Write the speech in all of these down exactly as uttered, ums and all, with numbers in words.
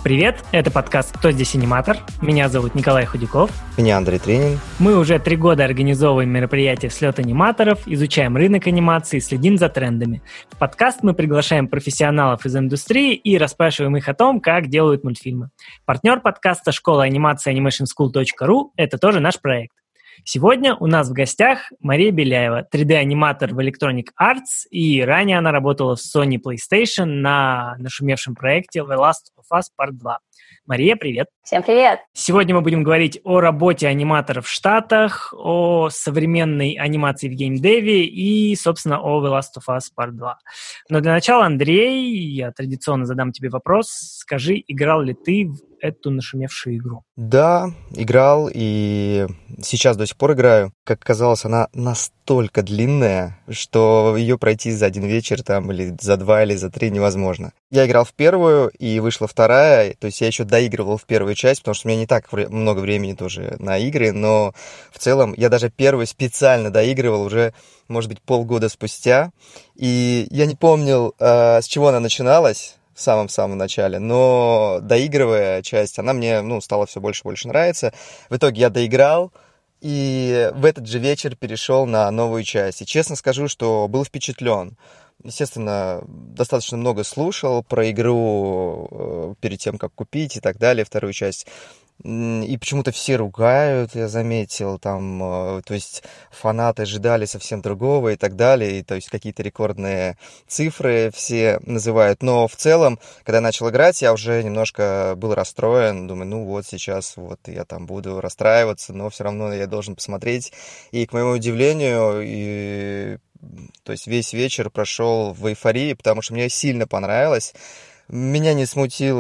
Привет, это подкаст «Кто здесь аниматор?». Меня зовут Николай Худяков. Меня Андрей Тренин. Мы уже три года организовываем мероприятия «Слет аниматоров», изучаем рынок анимации, следим за трендами. В подкаст мы приглашаем профессионалов из индустрии и расспрашиваем их о том, как делают мультфильмы. Партнер подкаста «Школа анимации анимэйшн скул точка ру» — это тоже наш проект. Сегодня у нас в гостях Мария Беляева, три дэ-аниматор в Electronic Arts, и ранее она работала в Sony PlayStation на нашумевшем проекте The Last of Us Part два. Мария, привет! Всем привет! Сегодня мы будем говорить о работе аниматоров в Штатах, о современной анимации в геймдеве и, собственно, о The Last of Us Part два. Но для начала, Андрей, я традиционно задам тебе вопрос. Скажи, играл ли ты в эту нашумевшую игру? Да, играл, и сейчас до сих пор играю. Как оказалось, она настолько длинная, что ее пройти за один вечер там, или за два, или за три невозможно. Я играл в первую, и вышла вторая, то есть я еще доигрывал в первую часть, потому что у меня не так много времени тоже на игры, но в целом я даже первую специально доигрывал уже, может быть, полгода спустя, и я не помнил, э, с чего она начиналась, в самом-самом начале, но доигрывая часть, она мне, ну, стала все больше и больше нравиться. В итоге я доиграл, и в этот же вечер перешел на новую часть. И честно скажу, что был впечатлен. Естественно, достаточно много слушал про игру э, перед тем, как купить и так далее, вторую часть. И почему-то все ругают, я заметил, там, э, то есть фанаты ожидали совсем другого и так далее, и, то есть какие-то рекордные цифры все называют. Но в целом, когда я начал играть, я уже немножко был расстроен, думаю, ну вот сейчас вот я там буду расстраиваться, но все равно я должен посмотреть. И, к моему удивлению, и, то есть весь вечер прошел в эйфории, потому что мне сильно понравилось. Меня не смутил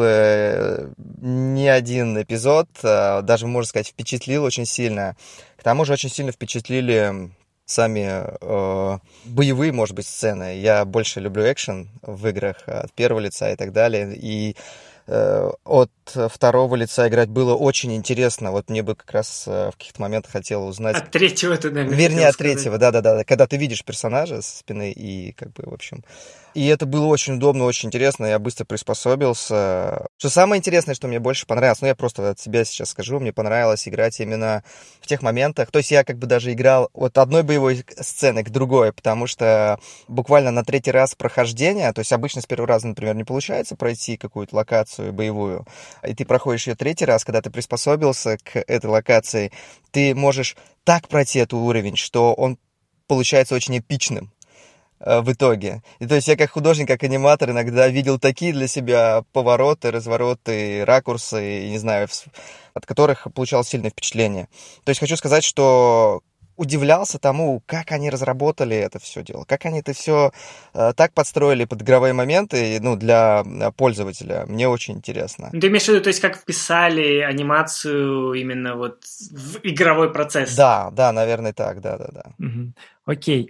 ни один эпизод, даже, можно сказать, впечатлил очень сильно. К тому же очень сильно впечатлили сами э, боевые, может быть, сцены. Я больше люблю экшен в играх от первого лица и так далее. И э, от второго лица играть было очень интересно. Вот мне бы как раз э, в каких-то моментах хотел узнать... От третьего ты, наверное, Вернее, от третьего, да-да-да. Когда ты видишь персонажа со спины и как бы, в общем... И это было очень удобно, очень интересно, я быстро приспособился. Что самое интересное, что мне больше понравилось, ну я просто от себя сейчас скажу, мне понравилось играть именно в тех моментах, то есть я как бы даже играл от одной боевой сцены к другой, потому что буквально на третий раз прохождения, то есть обычно с первого раза, например, не получается пройти какую-то локацию боевую, и ты проходишь ее третий раз, когда ты приспособился к этой локации, ты можешь так пройти этот уровень, что он получается очень эпичным в итоге. И то есть я как художник, как аниматор иногда видел такие для себя повороты, развороты, ракурсы, не знаю, от которых получал сильное впечатление. То есть хочу сказать, что удивлялся тому, как они разработали это все дело, как они это все э, так подстроили под игровые моменты, ну, для пользователя. Мне очень интересно. Ты имеешь в виду, то есть как вписали анимацию именно вот в игровой процесс? Да, да, наверное, так, да-да-да. Угу. Окей.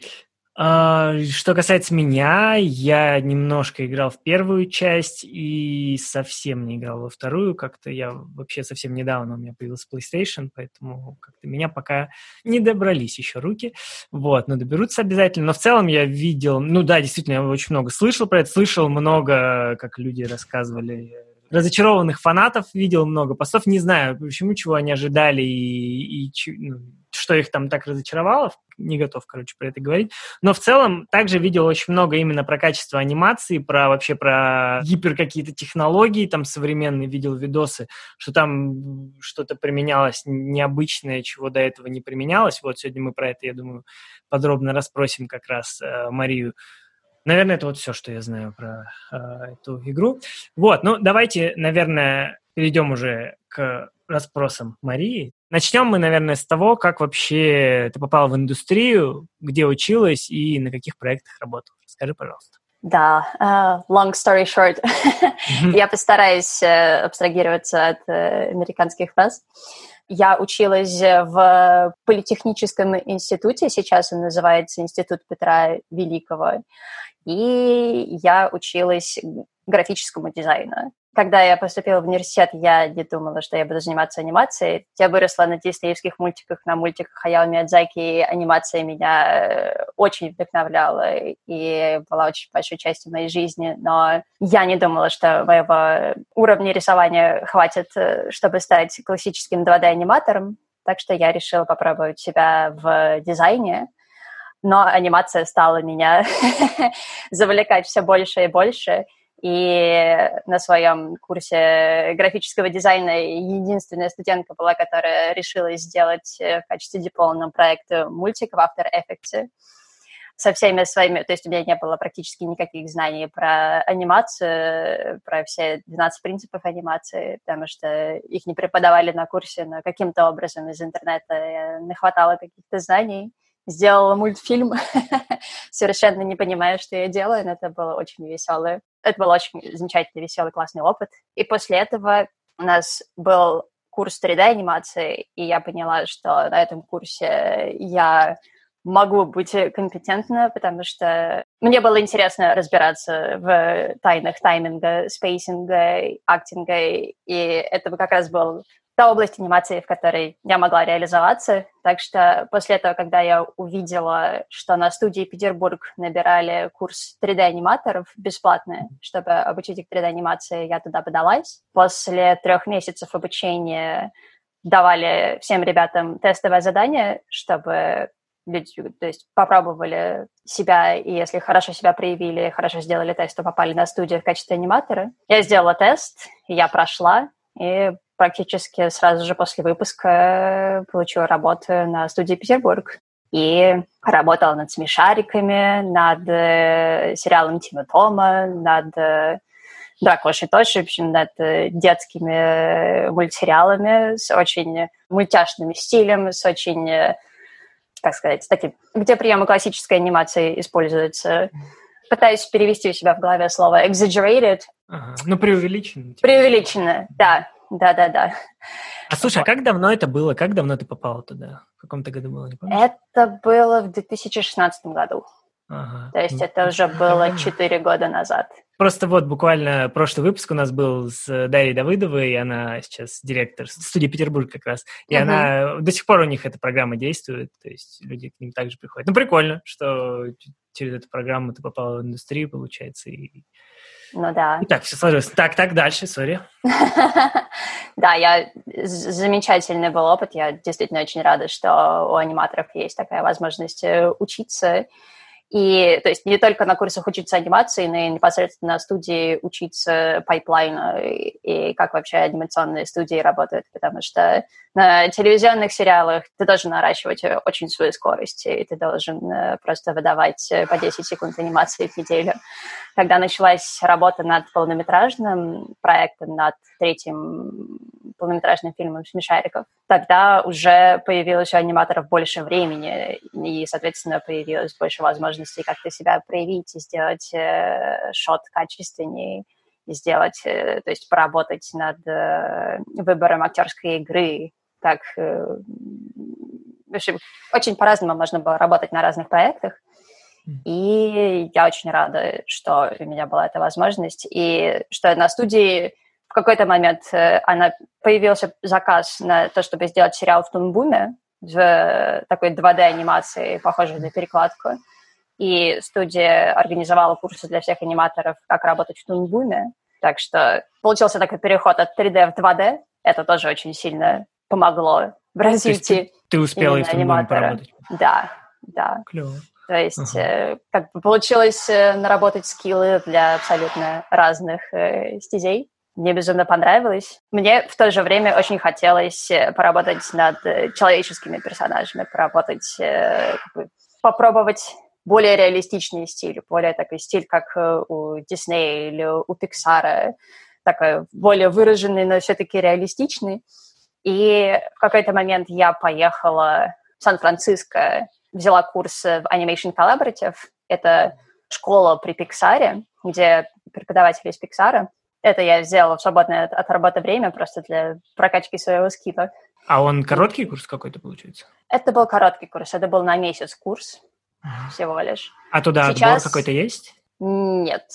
Что касается меня, я немножко играл в первую часть и совсем не играл во вторую. Как-то я вообще совсем недавно у меня появился PlayStation, поэтому как-то меня пока не добрались еще руки. Вот, но доберутся обязательно. Но в целом я видел, ну да, действительно, я очень много слышал про это, слышал много, как люди рассказывали, разочарованных фанатов, видел много постов. Не знаю, почему, чего они ожидали и, и ну, что их там так разочаровало. Не готов, короче, про это говорить. Но в целом также видел очень много именно про качество анимации, про вообще про гипер какие-то технологии там современные, видел видосы, что там что-то применялось необычное, чего до этого не применялось. Вот сегодня мы про это, я думаю, подробно расспросим как раз э, Марию. Наверное, это вот все, что я знаю про э, эту игру. Вот, ну давайте, наверное, перейдем уже к расспросам Марии. Начнем мы, наверное, с того, как вообще ты попала в индустрию, где училась и на каких проектах работала. Расскажи, пожалуйста. Да, uh, long story short. Я постараюсь uh, абстрагироваться от uh, американских фраз. Я училась в политехническом институте, сейчас он называется Институт Петра Великого, и я училась графическому дизайну. когда я поступила в университет, я не думала, что я буду заниматься анимацией. Я выросла на диснеевских мультиках, на мультиках Хаяо Миядзаки, и анимация меня очень вдохновляла и была очень большой частью моей жизни, но я не думала, что моего уровня рисования хватит, чтобы стать классическим два дэ-аниматором, так что я решила попробовать себя в дизайне. Но анимация стала меня завлекать все больше и больше. И на своем курсе графического дизайна единственная студентка была, которая решила сделать в качестве дипломного проекта мультик в After Effects со всеми своими... То есть у меня не было практически никаких знаний про анимацию, про все двенадцать принципов анимации, потому что их не преподавали на курсе, но каким-то образом из интернета я нахватала каких-то знаний. Сделала мультфильм, совершенно не понимая, что я делаю, но это было очень весело. Это был очень замечательный, веселый, классный опыт. И после этого у нас был курс три дэ-анимации, и я поняла, что на этом курсе я могу быть компетентна, потому что мне было интересно разбираться в тайнах тайминга, спейсинга, актинга, и это как раз был та область анимации, в которой я могла реализоваться. Так что после этого, когда я увидела, что на студии Петербург набирали курс три дэ-аниматоров бесплатно, чтобы обучить их три дэ-анимации, я туда подалась. После трех месяцев обучения давали всем ребятам тестовое задание, чтобы люди, то есть, попробовали себя, и если хорошо себя проявили, хорошо сделали тест, то попали на студию в качестве аниматора. Я сделала тест, и я прошла, и практически сразу же после выпуска получила работу на студии Петербург. И работала над «Смешариками», над э, сериалом Тима Тома, над э, «Дракошей Тошей», в общем, над э, детскими мультсериалами с очень мультяшным стилем, с очень, э, как сказать, с таким, где приемы классической анимации используются. Пытаюсь перевести у себя в голове слово «exaggerated». Ага. Ну, преувеличенно. Типа. Преувеличенно, да. Да-да-да. А слушай, вот. А как давно это было? Как давно ты попала туда? В каком-то году было, не помнишь? Это было в две тысячи шестнадцатом году. Ага. То есть ну, это уже было четыре года назад. Просто вот буквально прошлый выпуск у нас был с Дарьей Давыдовой, и она сейчас директор студии Петербург как раз. И uh-huh. она до сих пор у них эта программа действует, то есть люди к ним также приходят. Ну, прикольно, что через эту программу ты попала в индустрию, получается, и... Ну да. И так, все сложилось. Так, так, дальше, сори. Да, я... замечательный был опыт. Я действительно очень рада, что у аниматоров есть такая возможность учиться. И, то есть, не только на курсах учиться анимации, но и непосредственно на студии учиться пайплайну и, и как вообще анимационные студии работают, потому что на телевизионных сериалах ты должен наращивать очень свою скорость, и ты должен просто выдавать по десять секунд анимации в неделю. Когда началась работа над полнометражным проектом, над третьим полнометражным фильмом «Смешариков», тогда уже появилось у аниматоров больше времени, и, соответственно, появилось больше возможностей как-то себя проявить и сделать э, шот качественнее, и сделать, э, то есть поработать над э, выбором актерской игры, как... Э, в общем, очень по-разному можно было работать на разных проектах. И я очень рада, что у меня была эта возможность, и что на студии в какой-то момент она, появился заказ на то, чтобы сделать сериал в Тунбуме, в такой два дэ-анимации, похожей на перекладку. И студия организовала курсы для всех аниматоров, как работать в Тунбуме. Так что получился такой переход от три дэ в два дэ. Это тоже очень сильно помогло в развитии. Ты, ты успела и в Тунбуме поработать? Да, да. Клево. То есть uh-huh. как бы получилось наработать скиллы для абсолютно разных э, стезей. Мне безумно понравилось. Мне в то же время очень хотелось поработать над человеческими персонажами, поработать, э, как бы, попробовать более реалистичный стиль, более такой стиль, как у Диснея или у Пиксара, такой более выраженный, но все-таки реалистичный. И в какой-то момент я поехала в Сан-Франциско, взяла курс в Animation Collaborative. Это школа при Пиксаре, где преподаватели из Пиксара. Это я сделала в свободное от, от работы время, просто для прокачки своего скилла. А он короткий курс какой-то, получается? Это был короткий курс, это был на месяц курс uh-huh. всего лишь. А туда Сейчас... отбор какой-то есть? Нет.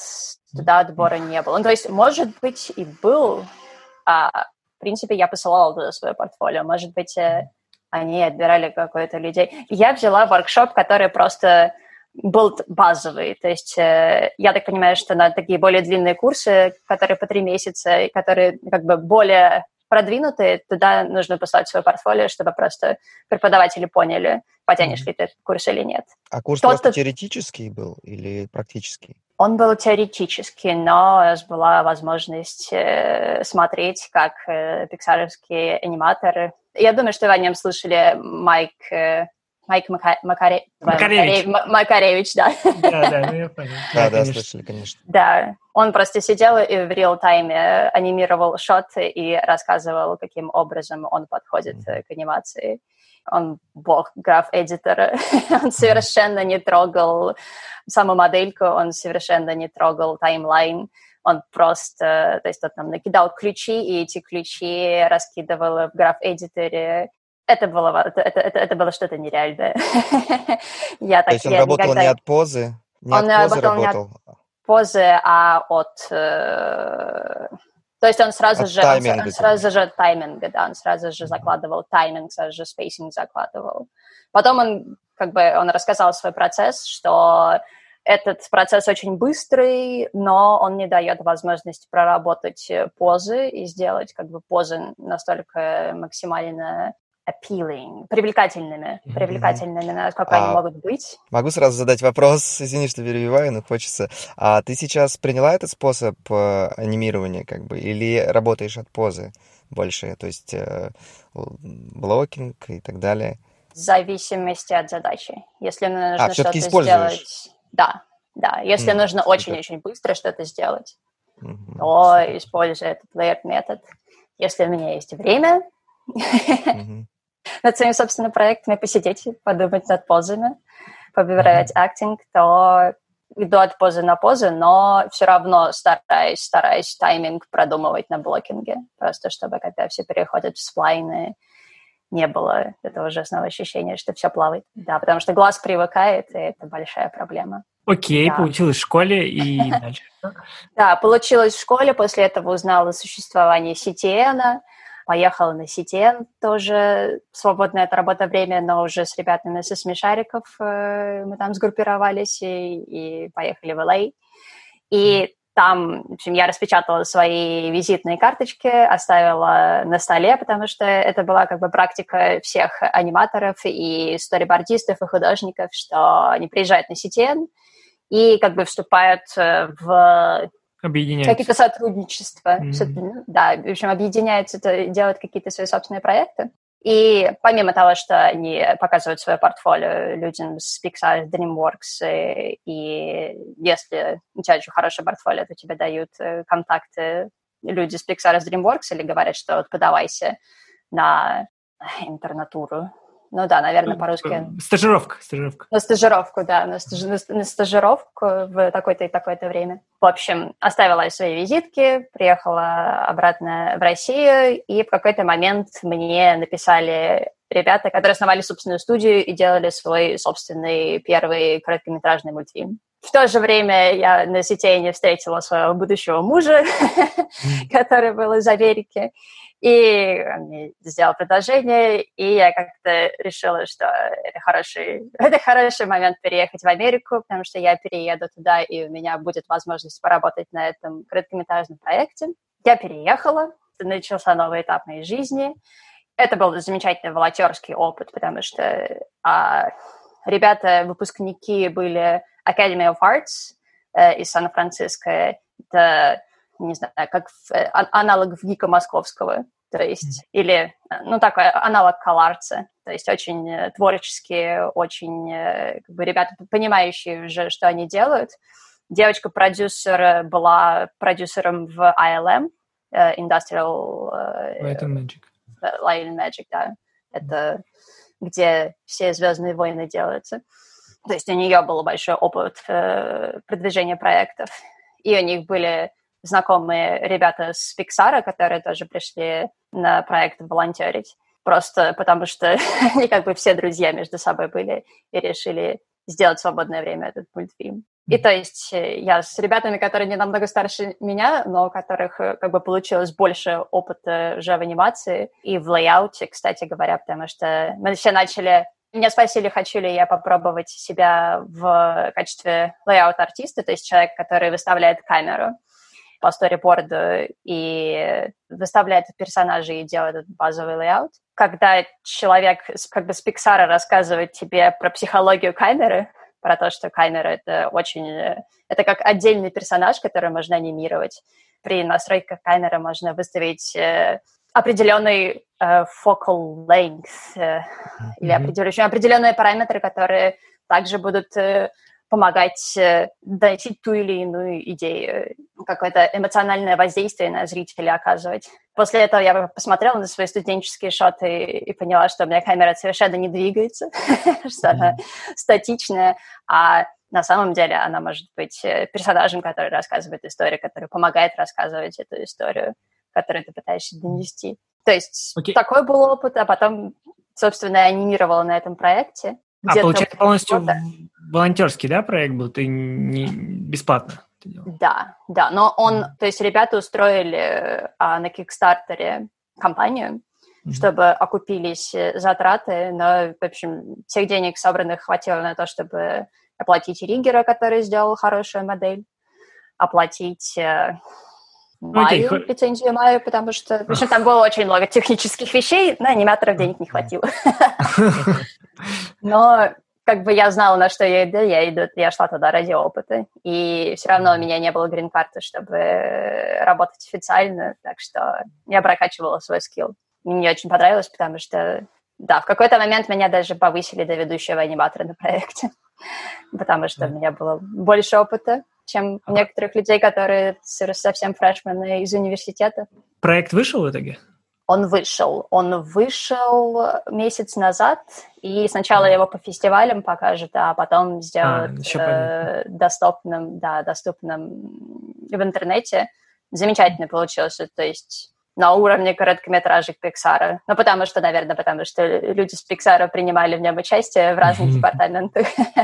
туда отбора не было. Ну, то есть, может быть, и был. А, в принципе, я посылала туда свое портфолио. Может быть, они отбирали какой-то людей. Я взяла воркшоп, который просто был базовый. То есть, я так понимаю, что на такие более длинные курсы, которые по три месяца, и которые как бы более продвинутые, туда нужно послать свое портфолио, чтобы просто преподаватели поняли, потянешь ли ты этот курс или нет. А курс Тот-то... просто теоретический был или практический? Он был теоретический, но у нас была возможность э, смотреть, как э, пиксаровские аниматоры. Я думаю, что вы о нем слышали, Майк... Э, Майк Мака... Макаре... Макаревич. Макаре... Макаревич, да. Да, да, ну я понял. Да, да, слышали, конечно. Да, он просто сидел и в реал-тайме анимировал шоты и рассказывал, каким образом он подходит mm-hmm. к анимации. Он бог граф-эдитора. Он совершенно не трогал саму модельку, он совершенно не трогал таймлайн. Он просто, то есть он там накидал ключи, и эти ключи раскидывал в граф-эдиторе. Это было, это, это, это было что-то нереальное. Я То так, есть он я работал никогда... не от позы? Не Он от позы работал работал? Не от позы, а от... Э... То есть он сразу от же... Тайминга, он, он сразу же тайминга, да, он сразу же закладывал тайминг, сразу же спейсинг закладывал. Потом он, как бы, он рассказал свой процесс, что этот процесс очень быстрый, но он не дает возможности проработать позы и сделать, как бы, позы настолько максимально appealing, привлекательными, mm-hmm. привлекательными, насколько а, они могут быть. Могу сразу задать вопрос, извини, что перебиваю, но хочется. А ты сейчас приняла этот способ анимирования, как бы, или работаешь от позы больше, то есть э, блокинг и так далее? В зависимости от задачи. Если нужно а, что-то сделать... Да, да. Если mm, нужно очень-очень быстро что-то сделать, mm-hmm. то супер. Использую этот layered метод. Если у меня есть время... Mm-hmm. над своим собственным проектом и посидеть, подумать над позами, повыбирать mm-hmm. актинг, то иду от позы на позы, но все равно стараюсь, стараюсь тайминг продумывать на блокинге, просто чтобы, когда все переходят в сплайны, не было этого ужасного ощущения, что все плавает. Да, потому что глаз привыкает, и это большая проблема. Окей, да. Получилось в школе и дальше. Да, получилось в школе, после этого узнала о существовании си ти эн, поехала на си ти эн, тоже свободное от работы время, но уже с ребятами со смешариков э, мы там сгруппировались и, и поехали в эл эй. И там, в общем, я распечатала свои визитные карточки, оставила на столе, потому что это была как бы практика всех аниматоров и сторибордистов и художников, что они приезжают на си ти эн и как бы вступают в... какие-то сотрудничества. Mm-hmm. Да, в общем, объединяются, делают какие-то свои собственные проекты. И помимо того, что они показывают свое портфолио людям с Pixar, DreamWorks, и, и если у тебя очень хорошее портфолио, то тебе дают контакты люди с Pixar, с DreamWorks, или говорят, что вот подавайся на интернатуру. Ну да, наверное, по-русски. Стажировка, стажировка. На стажировку, да, на, стаж... на стажировку в такое-то и такое-то время. В общем, оставила свои визитки, приехала обратно в Россию, и в какой-то момент мне написали ребята, которые основали собственную студию и делали свой собственный первый короткометражный мультфильм. В то же время я на си ти эн встретила своего будущего мужа, который был из Америки. И он мне сделал предложение, и я как-то решила, что это хороший, это хороший момент переехать в Америку, потому что я перееду туда, и у меня будет возможность поработать на этом короткометражном проекте. Я переехала, начался новый этап моей жизни. Это был замечательный волонтерский опыт, потому что а, ребята, выпускники были Academy of Arts э, из Сан-Франциско. Это, не знаю, как в, э, аналог в ГИКа московского, то есть, mm. или, ну, такой аналог Каларца, то есть очень э, творческие, очень, э, как бы, ребята, понимающие уже, что они делают. Девочка-продюсер была продюсером в ай эл эм, э, Industrial... Э, Light and Magic. Light and Magic, да. Это где все «Звездные войны» делаются. То есть у нее был большой опыт э, продвижения проектов, и у них были знакомые ребята с Pixar, которые тоже пришли на проект волонтерить, просто потому что они как бы все друзья между собой были и решили сделать в свободное время этот мультфильм. И то есть я с ребятами, которые не намного старше меня, но у которых как бы получилось больше опыта уже в анимации и в лейауте, кстати говоря, потому что мы все начали... Меня спросили, хочу ли я попробовать себя в качестве лейаут-артиста, то есть человек, который выставляет камеру по сториборду и выставляет персонажей и делает этот базовый лейаут. Когда человек как бы с Pixar рассказывает тебе про психологию камеры, про то, что камера — это очень... Это как отдельный персонаж, который можно анимировать. При настройках камеры можно выставить э, определенный э, focal length э, mm-hmm. или определенные, определенные параметры, которые также будут э, помогать э, дойти ту или иную идею, какое-то эмоциональное воздействие на зрителя оказывать. После этого я посмотрела на свои студенческие шоты и поняла, что у меня камера совершенно не двигается, что она статичная, а на самом деле она может быть персонажем, который рассказывает историю, который помогает рассказывать эту историю, которую ты пытаешься донести. То есть okay. такой был опыт, а потом, собственно, я анимировала на этом проекте. А, получается, полностью волонтерский, да, проект был? Ты не бесплатно? Да, да, но он, mm-hmm. то есть ребята устроили а, на Кикстартере компанию, mm-hmm. чтобы окупились затраты, но, в общем, тех денег собранных хватило на то, чтобы оплатить риггера, который сделал хорошую модель, оплатить э, Майю, okay. лицензию Майю, потому что, в общем, там было очень много технических вещей, на аниматоров денег не хватило. Но как бы я знала, на что я иду, я иду, я шла туда ради опыта, и все равно у меня не было грин-карты, чтобы работать официально, так что я прокачивала свой скилл. Мне очень понравилось, потому что, да, в какой-то момент меня даже повысили до ведущего аниматора на проекте, потому что у меня было больше опыта, чем у некоторых людей, которые совсем фрешмены из университета. Проект вышел в итоге? Он вышел. Он вышел месяц назад, и сначала его по фестивалям покажут, а потом сделают а, э, доступным, да, доступным в интернете. Замечательно получился, то есть на уровне короткометражек Pixar. Ну, потому что, наверное, потому что люди с Pixar принимали в нем участие в разных департаментах.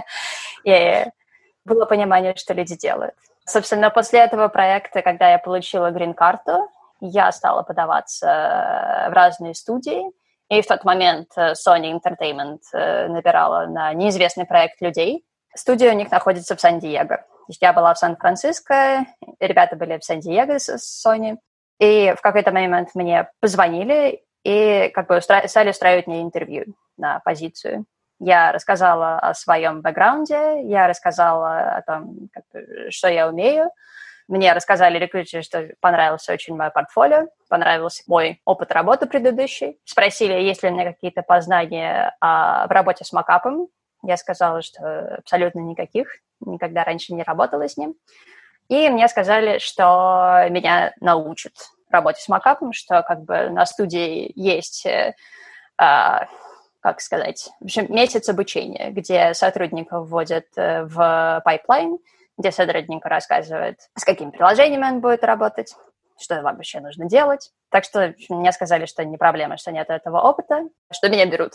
И было понимание, что люди делают. Собственно, после этого проекта, когда я получила грин-карту, я стала подаваться в разные студии, и в тот момент Sony Entertainment набирала на неизвестный проект людей. Студия у них находится в Сан-Диего. То есть я была в Сан-Франциско, ребята были в Сан-Диего с Sony, и в какой-то момент мне позвонили и как бы устра- стали устраивать мне интервью на позицию. Я рассказала о своем бэкграунде, я рассказала о том, как бы, что я умею. Мне рассказали рекрутеры, что понравился очень мое портфолио, понравился мой опыт работы предыдущий. Спросили, есть ли у меня какие-то познания а, в работе с макапом. Я сказала, что абсолютно никаких, никогда раньше не работала с ним. И мне сказали, что меня научат работе с макапом, что как бы на студии есть, а, как сказать, в общем, месяц обучения, где сотрудников вводят в пайплайн, где сотрудник рассказывает, с каким приложением он будет работать, что вам вообще нужно делать. Так что мне сказали, что не проблема, что нет этого опыта, что меня берут.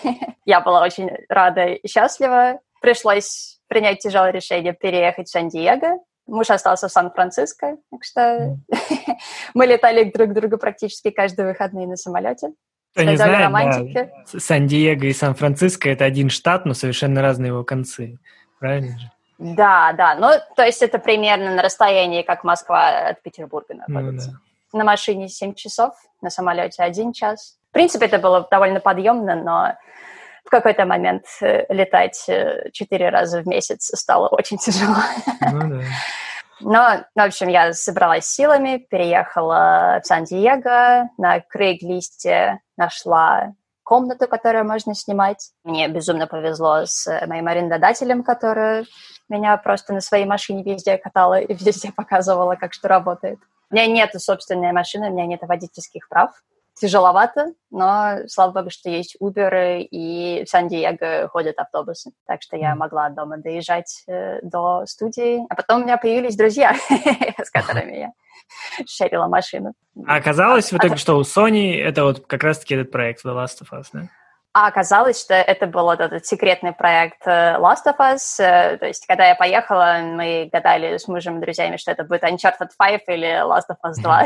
Я была очень рада и счастлива. Пришлось принять тяжелое решение переехать в Сан-Диего. Муж остался в Сан-Франциско, так что мы летали друг к другу практически каждые выходные на самолете. Кто не знает, да, Сан-Диего и Сан-Франциско – это один штат, но совершенно разные его концы. Правильно же? Да, да. Ну, то есть это примерно на расстоянии, как Москва от Петербурга находится. Ну, да. На машине семь часов, на самолете один час. В принципе, это было довольно подъемно, но в какой-то момент летать четыре раза в месяц стало очень тяжело. Ну, да. Но, в общем, я собралась силами, переехала в Сан-Диего, на Craigslist нашла комнату, которую можно снимать. Мне безумно повезло с моим арендодателем, который меня просто на своей машине везде катала и везде показывала, как что работает. У меня нет собственной машины, у меня нет водительских прав. Тяжеловато, но, слава богу, что есть Uber, и в Сан-Диего ходят автобусы. Так что я могла от дома доезжать э, до студии. А потом у меня появились друзья, с которыми я шерила машину. А оказалось в итоге, что у Sony это вот как раз-таки этот проект The Last of Us, да? А оказалось, что это был вот этот секретный проект Last of Us. То есть, когда я поехала, мы гадали с мужем и друзьями, что это будет Uncharted пять или Last of Us два.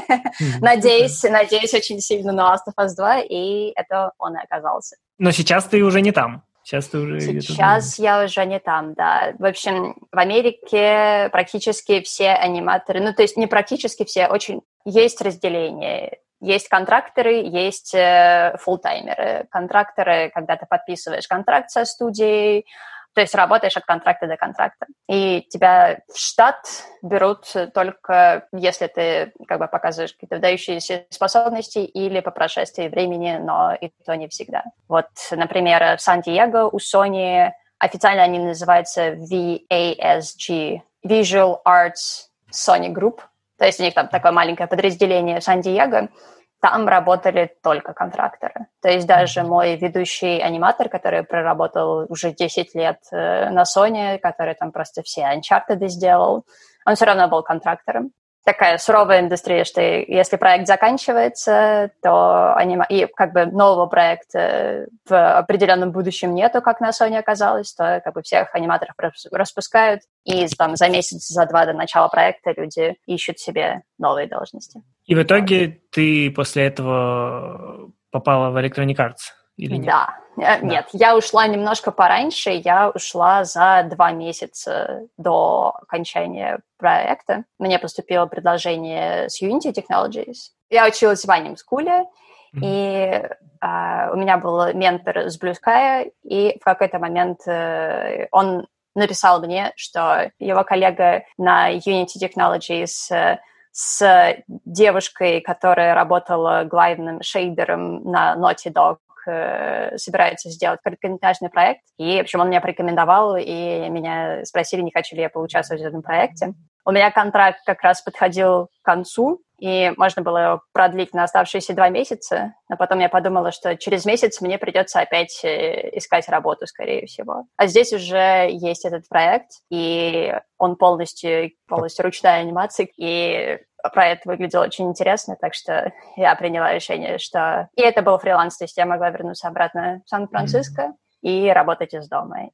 Надеюсь, надеюсь очень сильно на Last of Us два, и это он и оказался. Но сейчас ты уже не там. Сейчас ты уже... Сейчас я уже не там, да. В общем, в Америке практически все аниматоры, ну, то есть не практически все, очень есть разделение. Есть контракторы, есть э, фуллтаймеры. Контракторы, когда ты подписываешь контракт со студией, то есть работаешь от контракта до контракта. И тебя в штат берут только если ты как бы показываешь какие-то выдающиеся способности или по прошествии времени, но и то не всегда. Вот, например, в Сан-Диего у Sony официально они называются ви эй эс джи, Visual Arts Sony Group. То есть у них там такое маленькое подразделение в Сан-Диего. Там работали только контракторы. То есть даже мой ведущий аниматор, который проработал уже десять лет э, на Sony, который там просто все Uncharted сделал, он все равно был контрактором. Такая суровая индустрия, что если проект заканчивается, то анима... и как бы нового проекта в определенном будущем нету, как на Sony оказалось, то как бы всех аниматоров распускают, и там за месяц, за два до начала проекта люди ищут себе новые должности. И в итоге ты после этого попала в Electronic Arts? Или нет? Да. да. Нет, я ушла немножко пораньше, я ушла за два месяца до окончания проекта. Мне поступило предложение с Unity Technologies. Я училась в Anime School, mm-hmm. и uh, у меня был ментор с Blue Sky, и в какой-то момент uh, он написал мне, что его коллега на Unity Technologies uh, с девушкой, которая работала главным шейдером на Naughty Dog, собирается сделать короткометражный проект. И, в общем, он меня порекомендовал, и меня спросили, не хочу ли я поучаствовать в этом проекте. У меня контракт как раз подходил к концу, и можно было его продлить на оставшиеся два месяца, но потом я подумала, что через месяц мне придется опять искать работу, скорее всего. А здесь уже есть этот проект, и он полностью, полностью ручная анимация, и проект выглядел очень интересно, так что я приняла решение, что... И это был фриланс, то есть я могла вернуться обратно в Сан-Франциско mm-hmm. и работать из дома.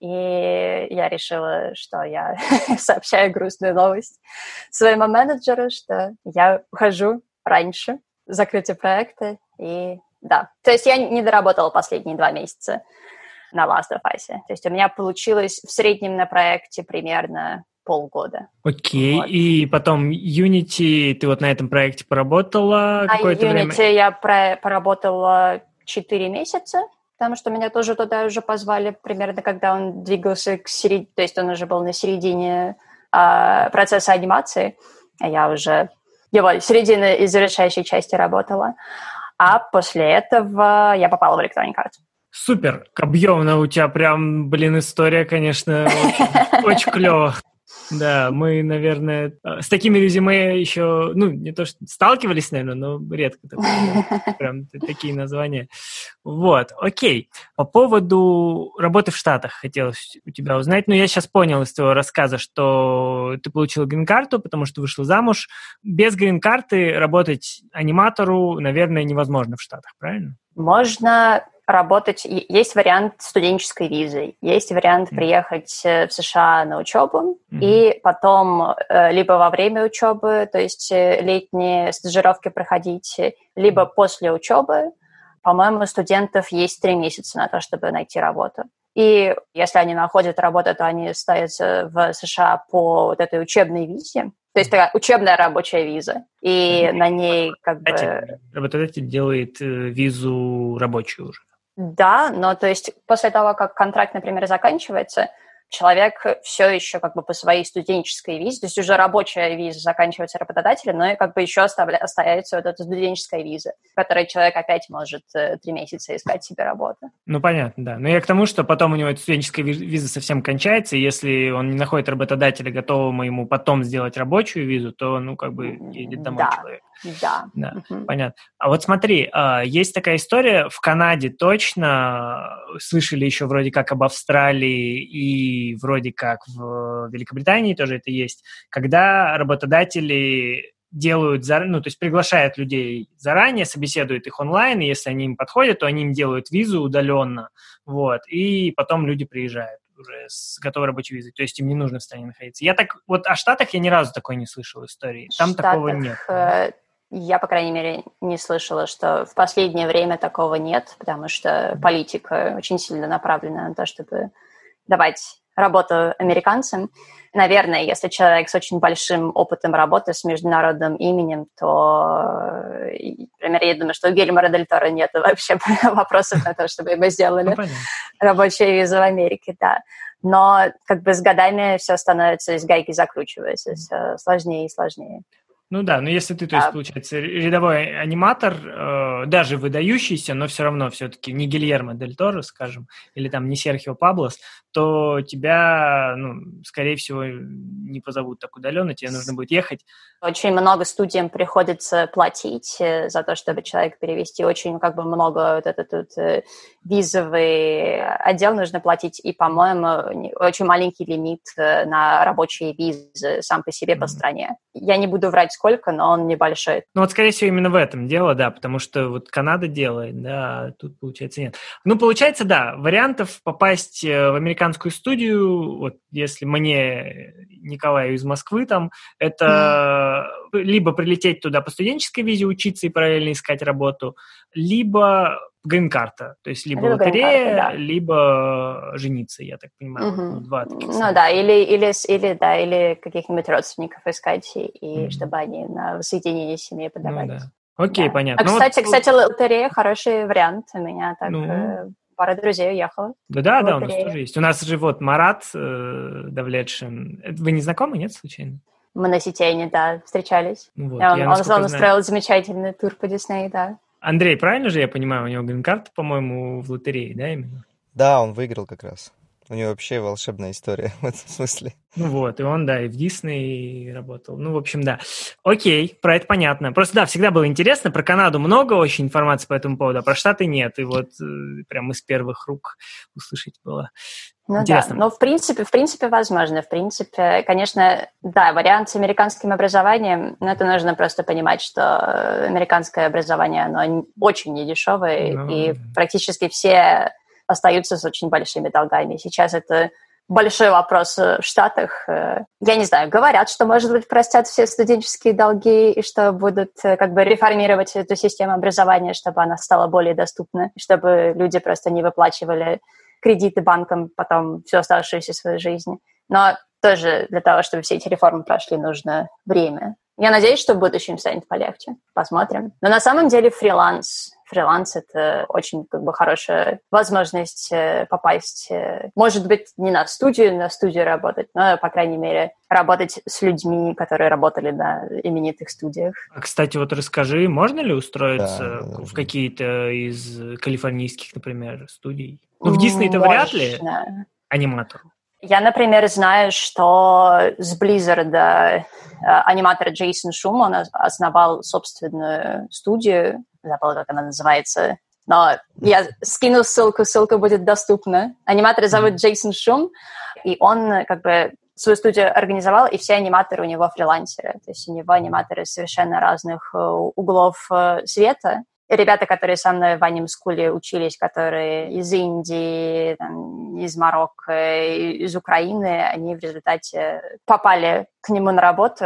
И я решила, что я сообщаю грустную новость своему менеджеру, что я ухожу раньше закрытия проекта. И да, то есть я не доработала последние два месяца на Last of Us. То есть у меня получилось в среднем на проекте примерно полгода. Окей, вот. И потом Unity, ты вот на этом проекте поработала на какое-то Unity время? На Unity я про- поработала четыре месяца, потому что меня тоже туда уже позвали примерно, когда он двигался к середине, то есть он уже был на середине э, процесса анимации, а я уже его середина и завершающей части работала. А после этого я попала в Electronic Arts. Супер, объемно у тебя прям, блин, история, конечно, очень, очень клево. Да, мы, наверное, с такими резюме еще, ну, не то что сталкивались, наверное, но редко такое, прям такие названия. Вот, окей. По поводу работы в Штатах хотелось у тебя узнать. Ну, я сейчас понял из твоего рассказа, что ты получила грин-карту, потому что вышла замуж. Без грин-карты работать аниматору, наверное, невозможно в Штатах, правильно? Можно работать, есть вариант студенческой визы, есть вариант приехать в США на учебу mm-hmm. и потом либо во время учебы, то есть летние стажировки проходить, либо после учебы. По-моему, у студентов есть три месяца на то, чтобы найти работу. И если они находят работу, то они остаются в США по вот этой учебной визе. То есть такая учебная рабочая виза. И mm-hmm. на ней как бы... Работодатель делает визу рабочую уже. Да, но то есть после того, как контракт, например, заканчивается, человек все еще как бы по своей студенческой визе, то есть уже рабочая виза заканчивается работодателем, но и как бы еще оставля, остается вот эта студенческая виза, в которой человек опять может три месяца искать себе работу. Ну, понятно, да. Но я к тому, что потом у него эта студенческая виза совсем кончается, и если он не находит работодателя, готового ему потом сделать рабочую визу, то, ну, как бы едет домой да. человек. Да. Да, угу. Понятно. А вот смотри, есть такая история, в Канаде точно, слышали еще вроде как об Австралии и вроде как в Великобритании тоже это есть, когда работодатели делают, ну, то есть приглашают людей заранее, собеседуют их онлайн, и если они им подходят, то они им делают визу удаленно, вот, и потом люди приезжают уже с готовой рабочей визой, то есть им не нужно в стране находиться. Я так, вот о Штатах я ни разу такой не слышал истории, там Штатах, такого нет. Я, по крайней мере, не слышала, что в последнее время такого нет, потому что политика очень сильно направлена на то, чтобы давать работу американцам. Наверное, если человек с очень большим опытом работы, с международным именем, то, например, я думаю, что у Гильмора Дель Торо нет вообще вопросов на то, чтобы его сделали ну, рабочую визу в Америке, да. Но как бы с годами все становится, из гайки закручивается, все сложнее и сложнее. Ну да, но если ты, то есть, получается, рядовой аниматор, э, даже выдающийся, но все равно все-таки не Гильермо Дель Торо, скажем, или там не Серхио Паблос, то тебя, ну, скорее всего, не позовут так удаленно, тебе нужно будет ехать. Очень много студиям приходится платить за то, чтобы человека перевести. Очень как бы много вот этот вот визовый отдел нужно платить. И, по-моему, очень маленький лимит на рабочие визы сам по себе mm-hmm. по стране. Я не буду врать, сколько, но он небольшой. Ну вот, скорее всего, именно в этом дело, да, потому что вот Канада делает, да, а тут, получается, нет. Ну, получается, да, вариантов попасть в американскую студию, вот если мне, Николаю из Москвы, там, это... Mm-hmm. либо прилететь туда по студенческой визе учиться и параллельно искать работу, либо грин-карта, то есть либо, либо лотерея, да. либо жениться, я так понимаю. Угу. Ну, два таких ну да, или, или, или, да, или каких-нибудь родственников искать, и mm-hmm. чтобы они на воссоединение семьи подавали. Ну, да. Окей, да. понятно. А, кстати, вот... кстати, лотерея хороший вариант. У меня так ну... пара друзей уехала. Да-да, да, у нас тоже есть. У нас же вот Марат э, Давлетшин. Вы не знакомы, нет, случайно? Мы на Ситейне, да, встречались. Вот, он я, он, он знаю... устроил замечательный тур по Диснею, да. Андрей, правильно же я понимаю, у него грин-карта, по-моему, в лотерее, да, именно? Да, он выиграл как раз. У него вообще волшебная история в этом смысле. Ну вот, и он, да, и в Дисней работал. Ну, в общем, да. Окей, про это понятно. Просто, да, всегда было интересно. Про Канаду много очень информации по этому поводу, а про Штаты нет. И вот э, прям из первых рук услышать было ну интересно. Да, но в принципе, в принципе, возможно. В принципе, конечно, да, вариант с американским образованием, но это нужно просто понимать, что американское образование, оно очень недешевое, но... и практически все остаются с очень большими долгами. Сейчас это большой вопрос в Штатах. Я не знаю, говорят, что, может быть, простят все студенческие долги и что будут как бы реформировать эту систему образования, чтобы она стала более доступна, чтобы люди просто не выплачивали кредиты банкам потом всю оставшуюся свою жизнь. Но тоже для того, чтобы все эти реформы прошли, нужно время. Я надеюсь, что в будущем станет полегче. Посмотрим. Но на самом деле фриланс... Фриланс — это очень как бы хорошая возможность попасть, может быть, не на студию, на студию работать, но, по крайней мере, работать с людьми, которые работали на именитых студиях. А, кстати, вот расскажи, можно ли устроиться да, в какие-то из калифорнийских, например, студий? Ну, в Дисней-то вряд ли аниматору. Я, например, знаю, что с Blizzard аниматор Джейсон Шум, он основал собственную студию, забыла, как она называется, но я скину ссылку, ссылка будет доступна. Аниматора зовут Джейсон Шум, и он как бы свою студию организовал, и все аниматоры у него фрилансеры. То есть у него аниматоры совершенно разных углов света. Ребята, которые со мной в аним-скуле учились, которые из Индии, там, из Марокко, из Украины, они в результате попали к нему на работу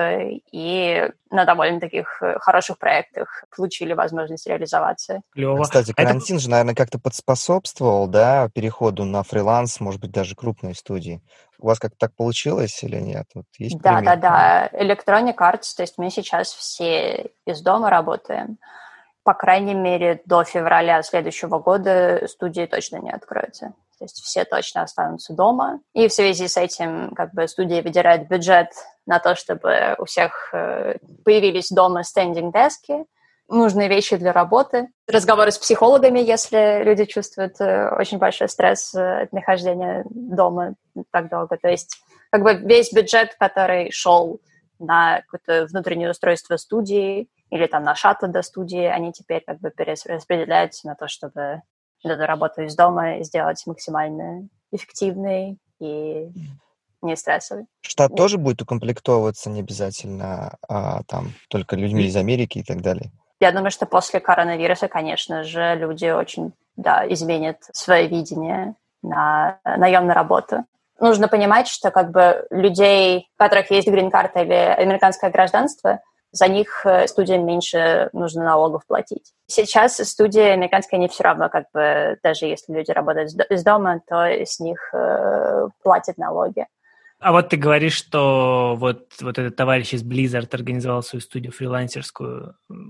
и на довольно таких хороших проектах получили возможность реализоваться. Клево. Кстати, карантин Это... же, наверное, как-то подспособствовал, да, переходу на фриланс, может быть, даже крупной студии. У вас как-то так получилось или нет? Вот есть да, пример? да, да. Electronic Arts, то есть мы сейчас все из дома работаем. По крайней мере, до февраля следующего года студии точно не откроются. То есть все точно останутся дома. И в связи с этим как бы студии выделяют бюджет на то, чтобы у всех появились дома стендинг-дески, нужные вещи для работы, разговоры с психологами, если люди чувствуют очень большой стресс от нахождения дома так долго. То есть как бы весь бюджет, который шел на какое-то внутреннее устройство студии, или там на шаттл до студии, они теперь как бы перераспределяются на то, чтобы эту работу из дома сделать максимально эффективной и не стрессовый. Штат вот. Тоже будет укомплектовываться не обязательно, а там только людьми из Америки и так далее? Я думаю, что после коронавируса, конечно же, люди очень, да, изменят свое видение на наемную работу. Нужно понимать, что как бы людей, у которых есть грин-карта или американское гражданство, за них студиям меньше нужно налогов платить. Сейчас студии американские, они все равно, как бы, даже если люди работают из дома, то с них э, платят налоги. А вот ты говоришь, что вот, вот этот товарищ из Blizzard организовал свою студию фрилансерскую.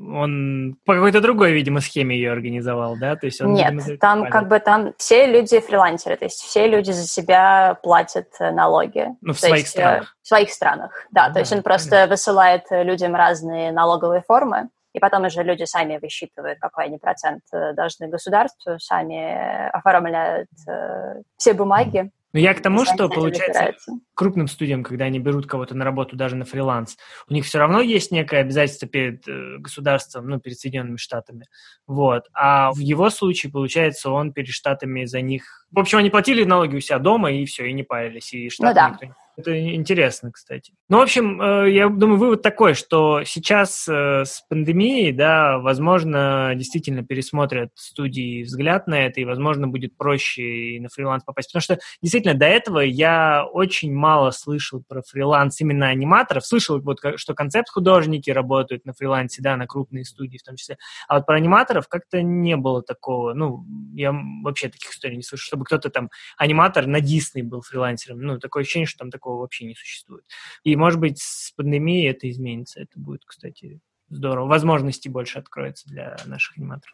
Он по какой-то другой, видимо, схеме ее организовал, да? То есть он, Нет, видимо, там понятно. Как бы там все люди фрилансеры, то есть все люди за себя платят налоги. Ну, в то своих есть, странах. В своих странах, да. Ну, то есть да, он просто понятно. высылает людям разные налоговые формы, и потом уже люди сами высчитывают, какой они процент должны государству, сами оформляют э, все бумаги. Ну, я к тому, что, получается, крупным студиям, когда они берут кого-то на работу даже на фриланс, у них все равно есть некое обязательство перед э, государством, ну, перед Соединенными Штатами. Вот. А в его случае, получается, он перед Штатами за них... В общем, они платили налоги у себя дома, и все, и не парились. И Штаты ну, да. никто не... Это интересно, кстати. Ну, в общем, э, я думаю, вывод такой, что сейчас э, с пандемией, да, возможно, действительно пересмотрят студии взгляд на это, и, возможно, будет проще и на фриланс попасть. Потому что, действительно, до этого я очень мало слышал про фриланс именно аниматоров. Слышал, вот, что концепт-художники работают на фрилансе, да, на крупные студии в том числе. А вот про аниматоров как-то не было такого. Ну, я вообще таких историй не слышу, чтобы кто-то там, аниматор на Дисней был фрилансером. Ну, такое ощущение, что там такого вообще не существует. И, может быть, с пандемией это изменится. Это будет, кстати, здорово. Возможностей больше откроется для наших аниматоров.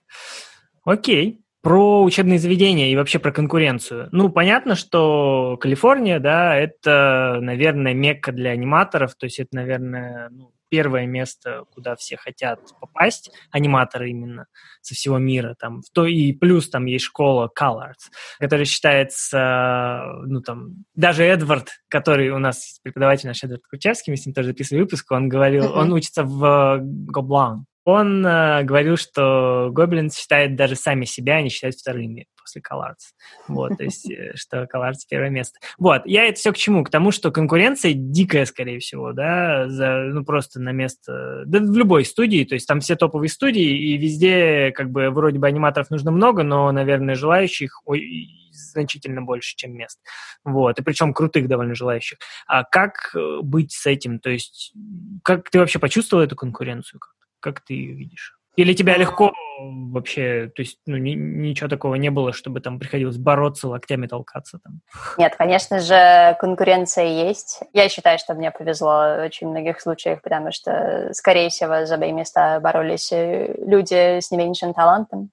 Окей. Про учебные заведения и вообще про конкуренцию. Ну, понятно, что Калифорния, да, это, наверное, мекка для аниматоров, то есть это, наверное, ну, первое место, куда все хотят попасть, аниматоры именно со всего мира. Там, то и плюс там есть школа CalArts, которая считается, ну, там, даже Эдвард, который у нас преподаватель наш Эдвард Кучевский, мы с ним тоже записывали выпуск, он говорил, uh-huh. он учится в Гоблан. Он э, говорил, что Гоблинс считает даже сами себя, они считают вторыми после CalArts. Вот, то есть, что CalArts первое место. Вот, я это все к чему? К тому, что конкуренция дикая, скорее всего, да, за, ну, просто на место, да, в любой студии, то есть там все топовые студии, и везде, как бы, вроде бы аниматоров нужно много, но, наверное, желающих ой, значительно больше, чем мест. Вот, и причем крутых довольно желающих. А как быть с этим? То есть, как ты вообще почувствовал эту конкуренцию? Как ты ее видишь? Или тебя легко вообще, то есть, ну, ни, ничего такого не было, чтобы там приходилось бороться, локтями толкаться там? Нет, конечно же, конкуренция есть. Я считаю, что мне повезло в очень многих случаях, потому что, скорее всего, за мои места боролись люди с не меньшим талантом,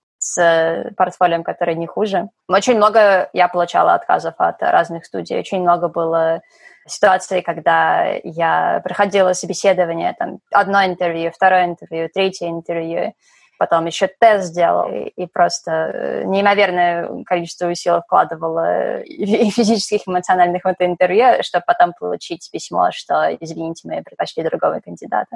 с портфолио, которое не хуже. Очень много я получала отказов от разных студий, очень много было ситуации, когда я проходила собеседование, там, одно интервью, второе интервью, третье интервью, потом еще тест сделала, и просто неимоверное количество усилий вкладывала и физических, и эмоциональных в это интервью, чтобы потом получить письмо, что, извините, мы предпочли другого кандидата.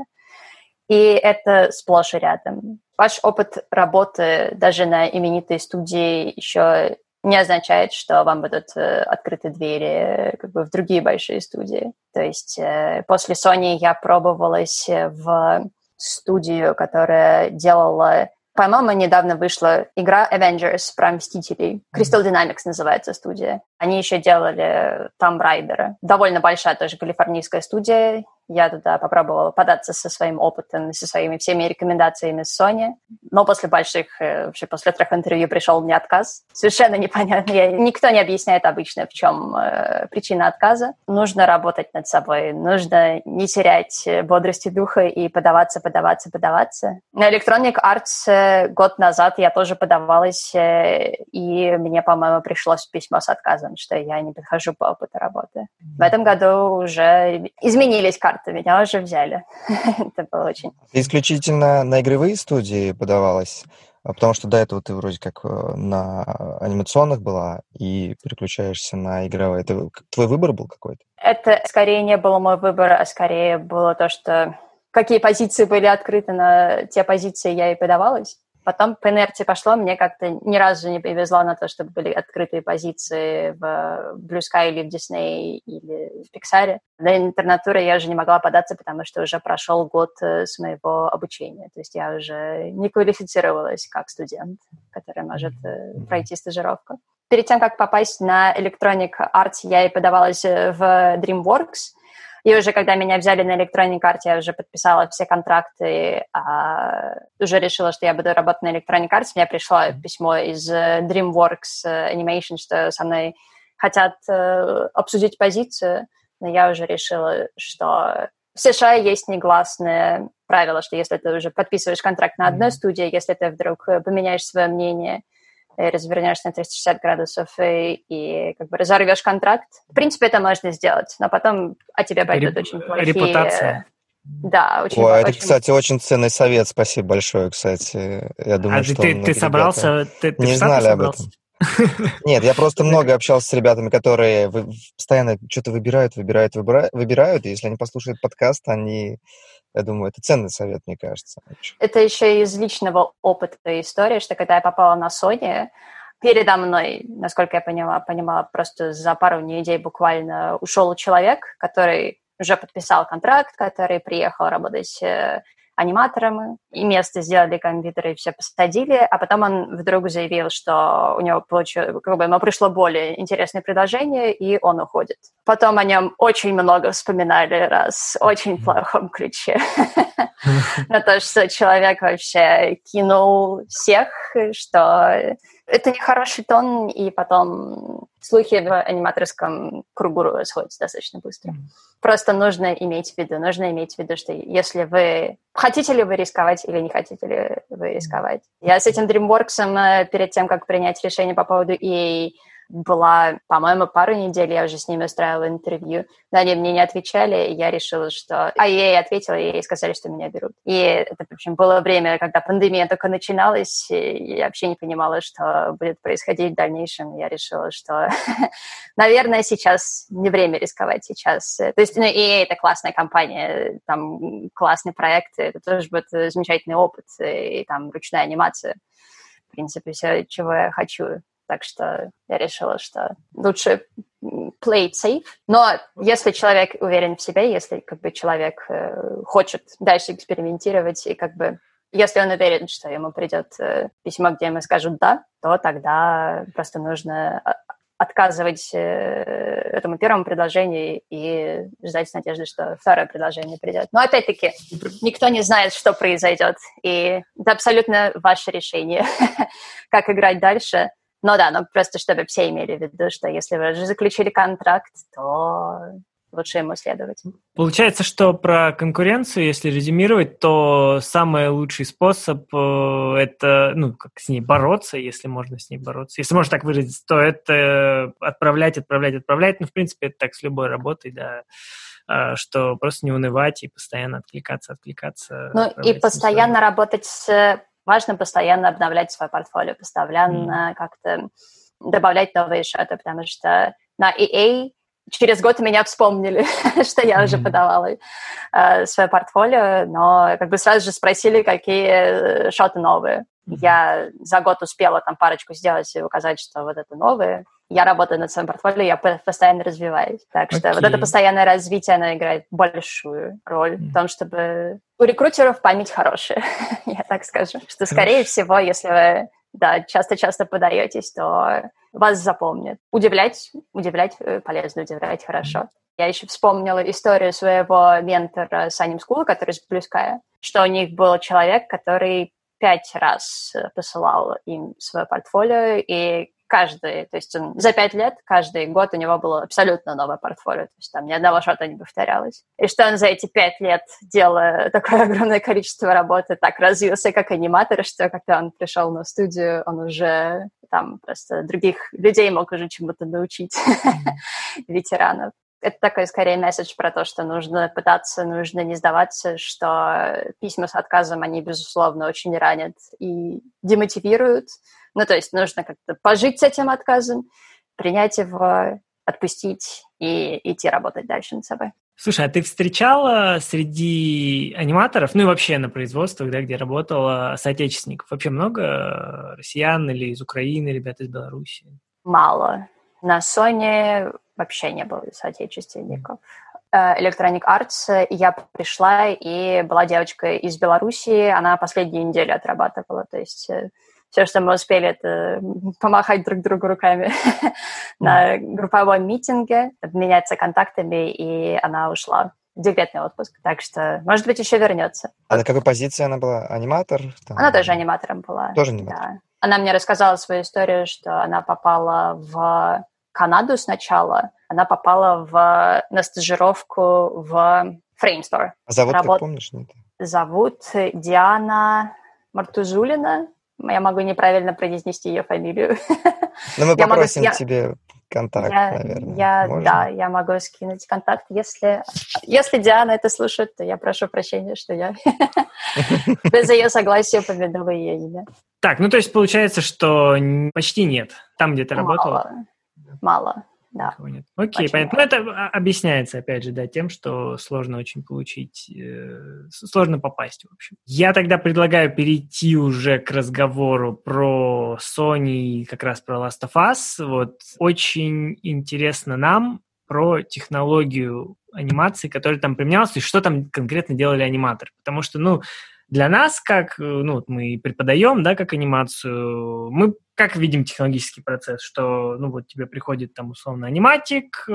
И это сплошь и рядом. Ваш опыт работы даже на именитой студии еще не означает, что вам будут э, открыты двери как бы в другие большие студии. То есть э, после Sony я пробовалась в студию, которая делала... По-моему, недавно вышла игра Avengers про Мстителей. Crystal Dynamics называется студия. Они еще делали Tomb Raider. Довольно большая тоже калифорнийская студия. Я туда попробовала податься со своим опытом, со своими всеми рекомендациями с Sony. Но после больших, вообще после трех интервью пришел мне отказ. Совершенно непонятно. Я, никто не объясняет обычно, в чем э, причина отказа. Нужно работать над собой. Нужно не терять бодрости духа и подаваться, подаваться, подаваться. На Electronic Arts год назад я тоже подавалась, э, и мне, по-моему, пришлось письмо с отказом, что я не подхожу по опыту работы. В этом году уже изменились карты. Меня уже взяли. Это было очень... Ты исключительно на игровые студии подавалась? Потому что до этого ты вроде как на анимационных была и переключаешься на игровые. Это твой выбор был какой-то? Это скорее не был мой выбор, а скорее было то, что какие позиции были открыты, на те позиции я и подавалась. Потом по инерции пошло, мне как-то ни разу не повезло на то, чтобы были открытые позиции в Blue Sky или в Disney или в Pixar. На интернатуру я уже не могла податься, потому что уже прошел год с моего обучения. То есть я уже не квалифицировалась как студент, который может пройти стажировку. Перед тем, как попасть на Electronic Arts, я и подавалась в DreamWorks. И уже когда меня взяли на Electronic Arts, я уже подписала все контракты, а, уже решила, что я буду работать на Electronic Arts. Мне пришло письмо из DreamWorks Animation, что со мной хотят uh, обсудить позицию, но я уже решила, что в США есть негласное правило, что если ты уже подписываешь контракт на одной студии, если ты вдруг поменяешь свое мнение, развернешься на триста шестьдесят градусов и, и как бы разорвешь контракт. В принципе, это можно сделать, но потом о тебе пойдут Реп... очень плохие... Репутация. Да, очень... Ой, это, очень... кстати, очень ценный совет. Спасибо большое, кстати. Я думаю, а что ты, ты собрался... Ты, ты не знали об этом. Нет, я просто много общался с ребятами, которые постоянно что-то выбирают, выбирают, выбирают, и если они послушают подкаст, они... Я думаю, это ценный совет, мне кажется. Это еще из личного опыта истории, что когда я попала на Sony, передо мной, насколько я поняла, понимала, просто за пару недель буквально ушел человек, который уже подписал контракт, который приехал работать аниматором, и место сделали компьютеры, и все посадили, а потом он вдруг заявил, что у него получилось, как бы ему пришло более интересное предложение, и он уходит. Потом о нем очень много вспоминали раз, в очень плохом ключе. На то, что человек вообще кинул всех, что это нехороший тон, и потом слухи в аниматорском кругу расходятся достаточно быстро. Просто нужно иметь в виду, нужно иметь в виду, что если вы... Хотите ли вы рисковать или не хотите ли вы рисковать? Я с этим DreamWorks перед тем, как принять решение по поводу и эй, была, по-моему, пару недель, я уже с ними устраивала интервью, но они мне не отвечали, и я решила, что... А и эй ответила, и ей сказали, что меня берут. И это, в общем, было время, когда пандемия только начиналась, и я вообще не понимала, что будет происходить в дальнейшем. Я решила, что, наверное, сейчас не время рисковать сейчас. То есть, ну, и эй — это классная компания, там классные проекты, это тоже будет замечательный опыт, и там ручная анимация. В принципе, все, чего я хочу. Так что я решила, что лучше play it safe. Но если человек уверен в себе, если как бы человек э, хочет дальше экспериментировать, и как бы если он уверен, что ему придет э, письмо, где ему скажут «да», то тогда просто нужно отказывать э, этому первому предложению и ждать с надеждой, что второе предложение придет. Но опять-таки никто не знает, что произойдет, и это абсолютно ваше решение, как играть дальше. Ну да, но просто чтобы все имели в виду, что если вы уже заключили контракт, то лучше ему следовать. Получается, что про конкуренцию, если резюмировать, то самый лучший способ э, это, ну, как с ней бороться, если можно с ней бороться. Если можно так выразиться, то это отправлять, отправлять, отправлять. Ну, в принципе, это так с любой работой, да, э, что просто не унывать и постоянно откликаться, откликаться. Ну, и постоянно работать с... Важно постоянно обновлять свое портфолио, постоянно mm. как-то добавлять новые шоты, потому что на и эй через год меня вспомнили, что я mm. уже подавала э, свое портфолио, но как бы сразу же спросили, какие шоты новые. Mm. Я за год успела там парочку сделать и указать, что вот это новые. Я работаю над своим портфолио, я постоянно развиваюсь. Так что okay. вот это постоянное развитие, оно играет большую роль mm. в том, чтобы... У рекрутеров память хорошая, я так скажу. Что, скорее всего, если вы да, часто-часто подаетесь, то вас запомнят. Удивлять, удивлять полезно, удивлять хорошо. Я еще вспомнила историю своего ментора с Anim School, который из Blue Sky, что у них был человек, который пять раз посылал им свое портфолио, и каждый, то есть он за пять лет, каждый год у него было абсолютно новое портфолио, то есть там ни одного шота не повторялось. И что он за эти пять лет, делая такое огромное количество работы, так развился как аниматор, что когда он пришел на студию, он уже там просто других людей мог уже чему-то научить, ветеранов. Это такой, скорее, месседж про то, что нужно пытаться, нужно не сдаваться, что письма с отказом, они, безусловно, очень ранят и демотивируют. Ну, то есть нужно как-то пожить с этим отказом, принять его, отпустить и идти работать дальше над собой. Слушай, а ты встречала среди аниматоров, ну и вообще на производствах, да, где работала, соотечественников? Вообще много россиян или из Украины, ребят из Беларуси? Мало. На Sony вообще не было соотечественников. Electronic Arts, я пришла, и была девочка из Беларуси, она последнюю неделю отрабатывала, то есть все, что мы успели, это помахать друг другу руками на групповом митинге, обменяться контактами, и она ушла в декретный отпуск. Так что, может быть, еще вернется. А на какой позиции она была? Аниматор? Там... Она тоже аниматором была. Тоже аниматор? Да. Она мне рассказала свою историю, что она попала в Канаду сначала. Она попала в, на стажировку в Framestore. А зовут, Работ... как помнишь? Нет? Зовут Диана Мартузулина. Я могу неправильно произнести ее фамилию. Ну, мы попросим могу... тебе контакт, я... наверное. Я... Можно? Да, я могу скинуть контакт. Если... Если Диана это слушает, то я прошу прощения, что я без ее согласия упомянула ее имя. Так, ну то есть получается, что почти нет. Там, где ты работала? Мало. Мало. Да. Нет. Окей, очень понятно. Ну, это объясняется, опять же, да, тем, что сложно очень получить, э, сложно попасть, в общем. Я тогда предлагаю перейти уже к разговору про Sony и как раз про Last of Us. Вот очень интересно нам про технологию анимации, которая там применялась, и что там конкретно делали аниматоры. Потому что, ну, для нас, как, ну, мы преподаем, да, как анимацию, мы как видим технологический процесс, что, ну, вот тебе приходит там условно аниматик,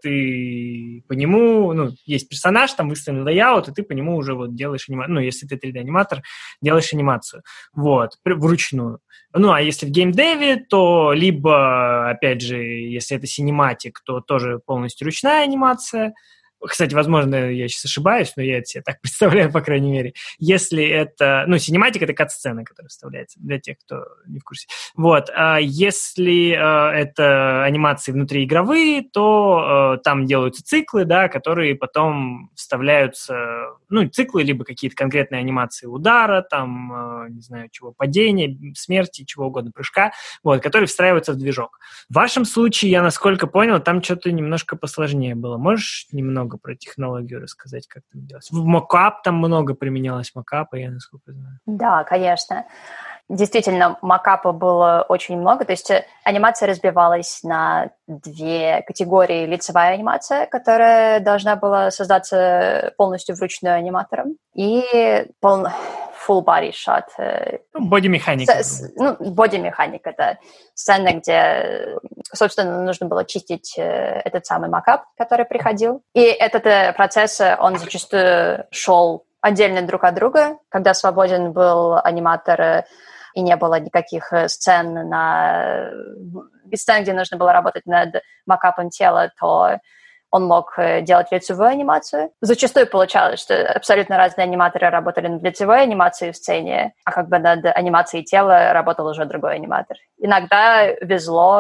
ты по нему, ну, есть персонаж, там выставлен лейаут, и ты по нему уже вот делаешь анимацию, ну, если ты три дэ-аниматор, делаешь анимацию, вот, вручную. Ну, а если в геймдеве, то либо, опять же, если это синематик, то тоже полностью ручная анимация. Кстати, возможно, я сейчас ошибаюсь, но я это себе так представляю, по крайней мере. Если это... Ну, синематик — это кат-сцена, которая вставляется, для тех, кто не в курсе. Вот. А если а, это анимации внутриигровые, то а, там делаются циклы, да, которые потом вставляются... Ну, циклы, либо какие-то конкретные анимации удара, там, а, не знаю, чего, падения, смерти, чего угодно, прыжка, вот, которые встраиваются в движок. В вашем случае, я насколько понял, там что-то немножко посложнее было. Можешь немного про технологию рассказать, как там делать? В мокап там много применялось, мокапа, я насколько знаю. Да, конечно. Действительно, мокапа было очень много. То есть анимация разбивалась на две категории. Лицевая анимация, которая должна была создаться полностью вручную аниматором, и пол... full body shot. Ну, боди-механика. Ну, боди-механика, это сцена, где, собственно, нужно было чистить этот самый мокап, который приходил. И этот процесс, он зачастую шел отдельно друг от друга. Когда свободен был аниматор и не было никаких сцен, на... сцен, где нужно было работать над мокапом тела, то он мог делать лицевую анимацию. Зачастую получалось, что абсолютно разные аниматоры работали над лицевой анимацией в сцене, а как бы над анимацией тела работал уже другой аниматор. Иногда везло,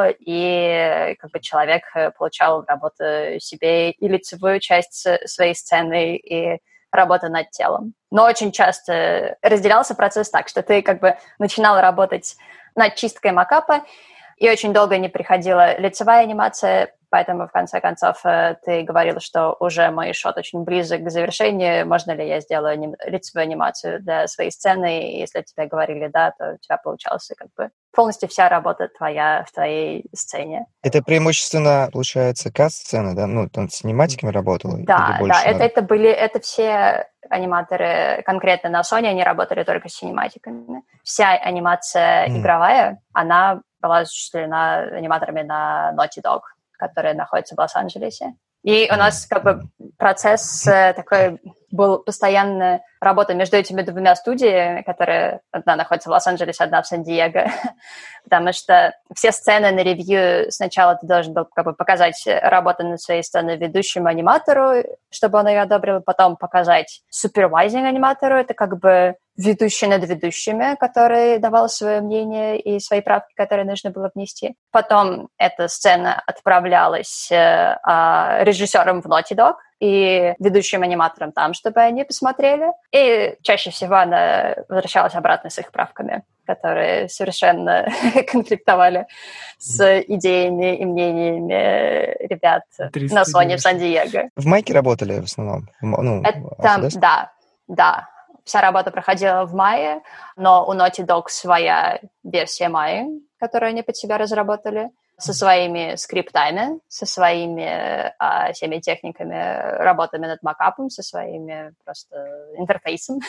и как бы человек получал работу себе и лицевую часть своей сцены, и работу над телом. Но очень часто разделялся процесс так, что ты как бы начинал работать над чисткой мокапа, и очень долго не приходила лицевая анимация, поэтому, в конце концов, ты говорила, что уже мой шот очень близок к завершению, можно ли я сделаю аним... лицевую анимацию для своей сцены, и если тебе говорили «да», то у тебя получалась как бы полностью вся работа твоя в твоей сцене. Это преимущественно, получается, каст-сцена, да? Ну, там с синематиками работала? Да, да, это, это были, это все аниматоры конкретно на Sony, они работали только с синематиками. Вся анимация mm. игровая, она была осуществлена аниматорами на Naughty Dog, которые находятся в Лос-Анджелесе. И у нас как бы процесс такой был постоянная работа между этими двумя студиями, которые одна находится в Лос-Анджелесе, одна в Сан-Диего, потому что все сцены на ревью сначала ты должен был как бы показать работу над своей сценой ведущему аниматору, чтобы он ее одобрил, потом показать супервайзинг аниматору, это как бы ведущий над ведущими, который давал свое мнение и свои правки, которые нужно было внести. Потом эта сцена отправлялась э, режиссером в Naughty Dog и ведущим аниматором там, чтобы они посмотрели. И чаще всего она возвращалась обратно с их правками, которые совершенно конфликтовали с идеями и мнениями ребят на Sony в Сан-Диего. В Майке работали в основном? Ну, Это, да, да. Вся работа проходила в мае, но у Naughty Dog своя версия Майи, которую они под себя разработали, со своими скриптами, со своими а, всеми техниками, работами над макапом, со своими просто интерфейсом,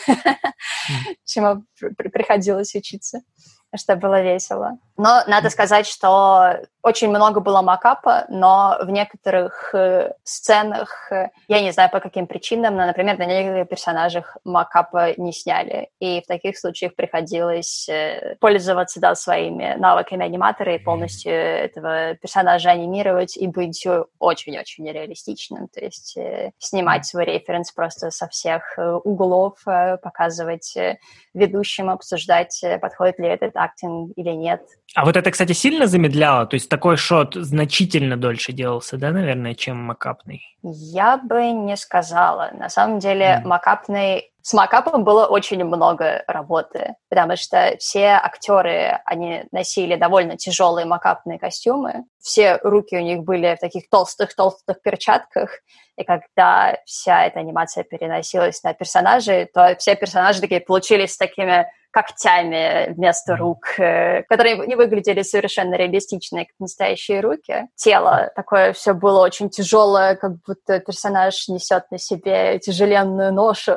чему приходилось учиться, что было весело. Но надо сказать, что очень много было макапа, но в некоторых э, сценах, э, я не знаю по каким причинам, но, например, на некоторых персонажах макапа не сняли. И в таких случаях приходилось э, пользоваться, да, своими навыками аниматора и полностью этого персонажа анимировать и быть очень-очень реалистичным. То есть э, снимать свой референс просто со всех э, углов, э, показывать э, ведущим, обсуждать, э, подходит ли этот актинг или нет. А вот это, кстати, сильно замедляло? То есть такой шот значительно дольше делался, да, наверное, чем макапный? Я бы не сказала. На самом деле, mm. макапный... С макапом было очень много работы, потому что все актеры, они носили довольно тяжелые макапные костюмы. Все руки у них были в таких толстых-толстых перчатках, и когда вся эта анимация переносилась на персонажей, то все персонажи такие получились такими когтями вместо рук, которые не выглядели совершенно реалистично, как настоящие руки. Тело такое все было очень тяжелое, как будто персонаж несет на себе тяжеленную ношу,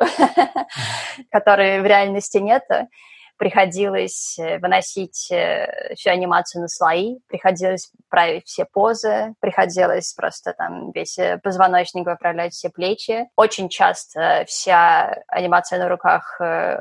которой в реальности нет. Приходилось выносить всю анимацию на слои, приходилось править все позы, приходилось просто там весь позвоночник выправлять, все плечи. Очень часто вся анимация на руках,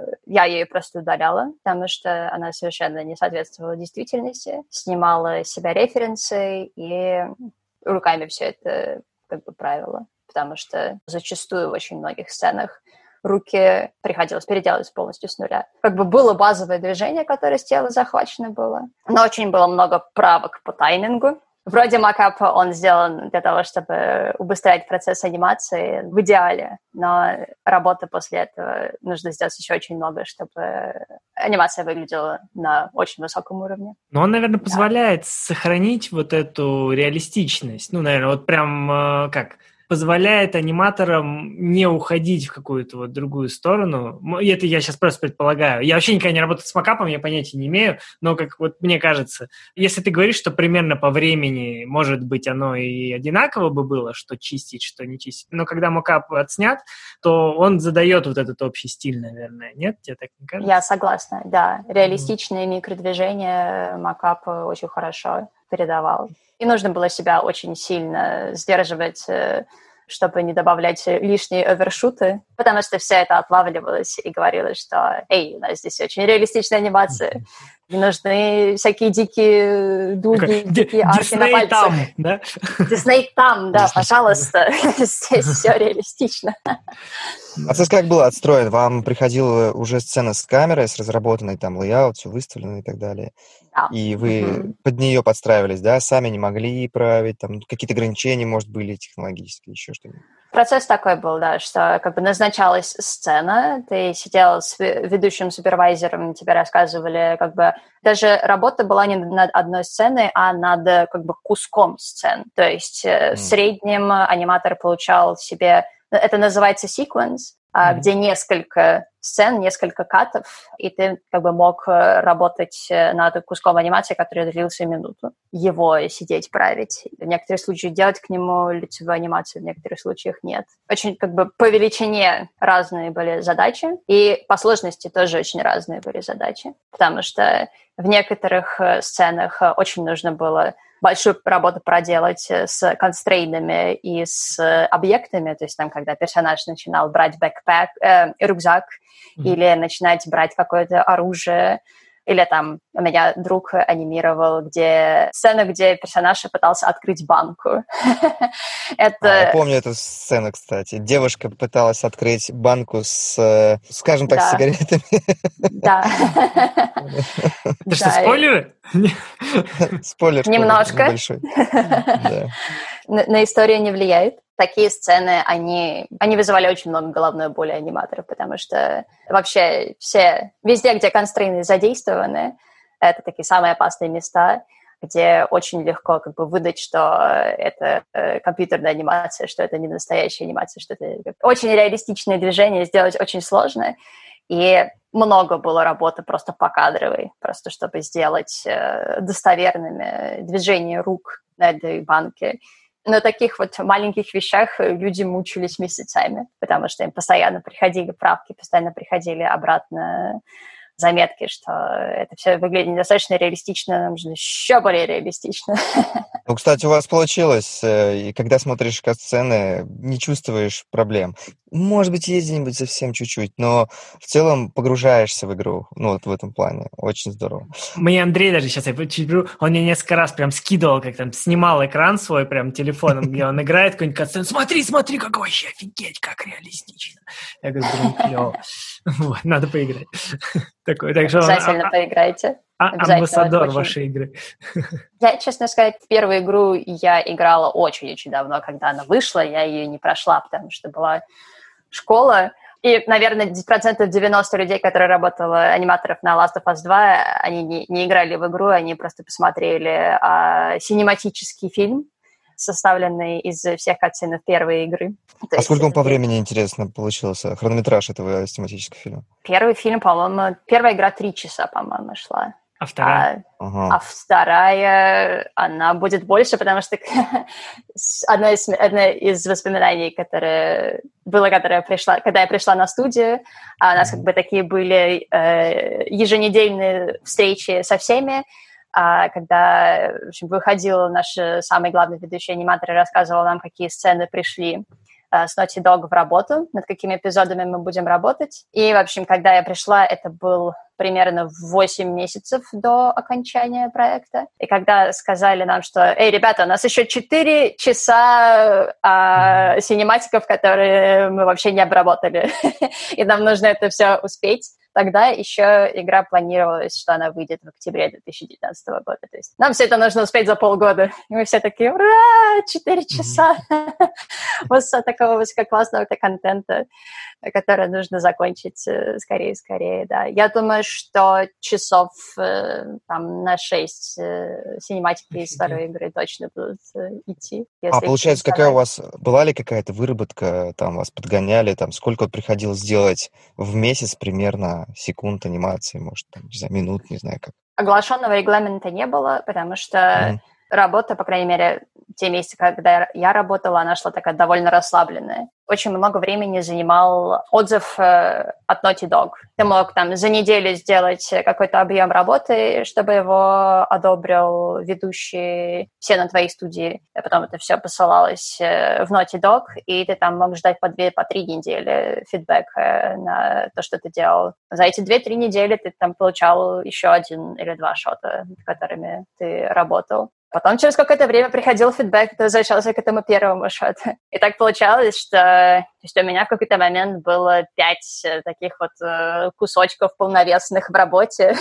я ее просто удаляла, потому что она совершенно не соответствовала действительности. Снимала себя референсы и руками все это как бы правила, потому что зачастую в очень многих сценах руки приходилось переделать полностью с нуля. Как бы было базовое движение, которое с тела захвачено было, но очень было много правок по таймингу. Вроде макапа он сделан для того, чтобы убыстрять процесс анимации в идеале, но работы после этого нужно сделать еще очень много, чтобы анимация выглядела на очень высоком уровне. Но он, наверное, позволяет да. сохранить вот эту реалистичность. Ну, наверное, вот прям как... позволяет аниматорам не уходить в какую-то вот другую сторону. И это я сейчас просто предполагаю. Я вообще никогда не работаю с макапом, я понятия не имею, но, как вот мне кажется, если ты говоришь, что примерно по времени, может быть, оно и одинаково бы было, что чистить, что не чистить, но когда макап отснят, то он задает вот этот общий стиль, наверное. Нет? Тебе так не кажется? Я согласна, да. Реалистичные mm. микродвижения макап очень хорошо передавал. И нужно было себя очень сильно сдерживать, чтобы не добавлять лишние овершуты, потому что все это отлавливалось и говорилось, что «Эй, у нас здесь очень реалистичная анимация, не нужны всякие дикие дуги, дикие арки на пальцах». Там, да? Дисней там, да, пожалуйста, здесь все реалистично. Процесс как был отстроен? Вам приходила уже сцена с камерой, с разработанной там лейаут, все выставлено и так далее? Да. И вы mm-hmm. под нее подстраивались, да? Сами не могли править, там какие-то ограничения, может, были технологические, еще что-нибудь? Процесс такой был, да, что как бы назначалась сцена, ты сидел с ведущим супервайзером, тебе рассказывали, как бы даже работа была не над одной сценой, а над как бы куском сцен. То есть mm. в среднем аниматор получал себе, это называется sequence, mm. где несколько сцен, несколько катов, и ты как бы мог работать над куском анимации, который длился минуту. Его сидеть, править. В некоторых случаях делать к нему лицевую анимацию, в некоторых случаях нет. Очень как бы по величине разные были задачи, и по сложности тоже очень разные были задачи, потому что в некоторых сценах очень нужно было большую работу проделать с констрейнами и с объектами, то есть там, когда персонаж начинал брать бэкпэк, э, рюкзак, mm-hmm. или начинать брать какое-то оружие, или там у меня друг анимировал, где сцена, где персонаж пытался открыть банку. Это... а, я помню эту сцену, кстати. Девушка пыталась открыть банку с, скажем так, да. с сигаретами. Да. Это что, спойлеры? Спойлер. Немножко. Небольшой. На историю не влияет. такие сцены, они, они вызывали очень много головной боли аниматоров, потому что вообще все, везде, где констрейны задействованы, это такие самые опасные места, где очень легко как бы выдать, что это э, компьютерная анимация, что это не настоящая анимация, что это очень реалистичные движения сделать очень сложно. И много было работы просто покадровой, просто чтобы сделать э, достоверными движения рук на этой банке. На таких вот маленьких вещах люди мучились месяцами, потому что им постоянно приходили правки, постоянно приходили обратно заметки, что это все выглядит недостаточно реалистично, нам нужно еще более реалистично. Ну, кстати, у вас получилось, и когда смотришь кат-сцены, не чувствуешь проблем. Может быть, есть где-нибудь совсем чуть-чуть, но в целом погружаешься в игру, ну, вот в этом плане. Очень здорово. Мне Андрей даже сейчас, я чуть беру, он мне несколько раз прям скидывал, как там, снимал экран свой прям телефоном, где он играет какой-нибудь кат-сцену. Смотри, смотри, как вообще офигеть, как реалистично. Я говорю, блин, клево. Вот, надо поиграть. Такой, так что Обязательно поиграйте. Амбассадор вашей игры. Я, честно сказать, в первую игру я играла очень-очень давно, когда она вышла, я ее не прошла, потому что была школа. И, наверное, процентов девяносто людей, которые работали аниматоров на Last of Us два, они не, не играли в игру, они просто посмотрели а, синематический фильм, составленный из всех катсценов первой игры. То а сколько он по времени, интересно, получился? Хронометраж этого синематического фильма? Первый фильм, по-моему, первая игра три часа, по-моему, шла. А вторая? А, ага. а вторая, она будет больше, потому что одно из, одно из воспоминаний, которое было, когда я пришла, когда я пришла на студию, а у нас как бы такие были э, еженедельные встречи со всеми, а когда, в общем, выходил наш самый главный ведущий аниматор и рассказывал нам, какие сцены пришли э, с Naughty Dog в работу, над какими эпизодами мы будем работать. И, в общем, когда я пришла, это был примерно восемь месяцев до окончания проекта. И когда сказали нам, что, эй, ребята, у нас еще четыре часа а, синематиков, которые мы вообще не обработали, и нам нужно это все успеть, тогда еще игра планировалась, что она выйдет в октябре две тысячи девятнадцатого года. То есть нам все это нужно успеть за полгода. И мы все такие, ура, четыре часа вот такого высококлассного контента, который нужно закончить скорее-скорее, да. Я думаю, что часов там на шесть синематики из второй игры точно будут идти. А получается, какая у вас, была ли какая-то выработка, там вас подгоняли, там сколько вот приходилось делать в месяц примерно секунд анимации, может, там, не знаю, минут, не знаю как? Оглашенного регламента не было, потому что mm. работа, по крайней мере, те месяцы, когда я работала, она шла такая довольно расслабленная. Очень много времени занимал отзыв э, от Naughty Dog. Ты мог там за неделю сделать какой-то объем работы, чтобы его одобрил ведущий все на твоей студии. А потом это все посылалось э, в Naughty Dog, и ты там мог ждать по две, по три недели фидбэк э, на то, что ты делал. За эти две-три недели ты там получал еще один или два шота, над которыми ты работал. Потом через какое-то время приходил фидбэк, ты возвращался к этому первому шоту. И так получалось, что то есть у меня в какой-то момент было пять таких вот кусочков полновесных в работе.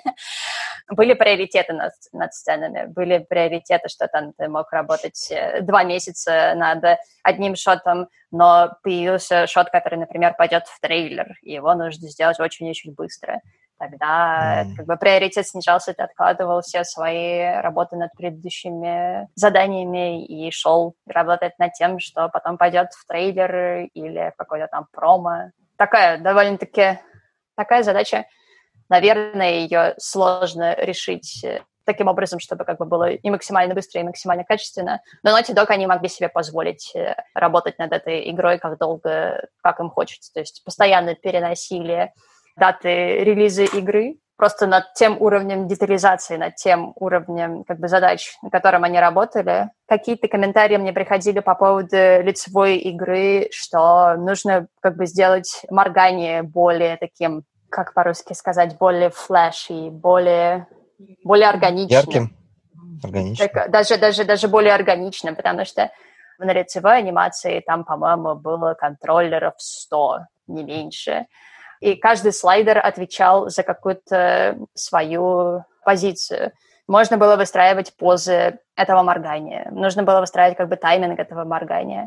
Были приоритеты над, над сценами, были приоритеты, что там ты мог работать два месяца над одним шотом, но появился шот, который, например, пойдет в трейлер, и его нужно сделать очень-очень быстро. Тогда mm. как бы приоритет снижался, ты откладывал все свои работы над предыдущими заданиями и шел работать над тем, что потом пойдет в трейлер или в какой-то там промо. Такая довольно-таки такая задача. Наверное, ее сложно решить таким образом, чтобы как бы было и максимально быстро, и максимально качественно. Но Naughty Dog, они могли себе позволить работать над этой игрой как долго, как им хочется. То есть постоянно переносили даты релиза игры, просто над тем уровнем детализации, над тем уровнем как бы задач, на котором они работали. Какие-то комментарии мне приходили по поводу лицевой игры, что нужно как бы сделать моргание более таким, как по-русски сказать, более флеши, более, более органичным. Ярким? Органичным. Так, даже, даже, даже более органичным, потому что на лицевой анимации там, по-моему, было контроллеров сто, не меньше. И каждый слайдер отвечал за какую-то свою позицию. Можно было выстраивать позы этого моргания. Нужно было выстраивать как бы тайминг этого моргания.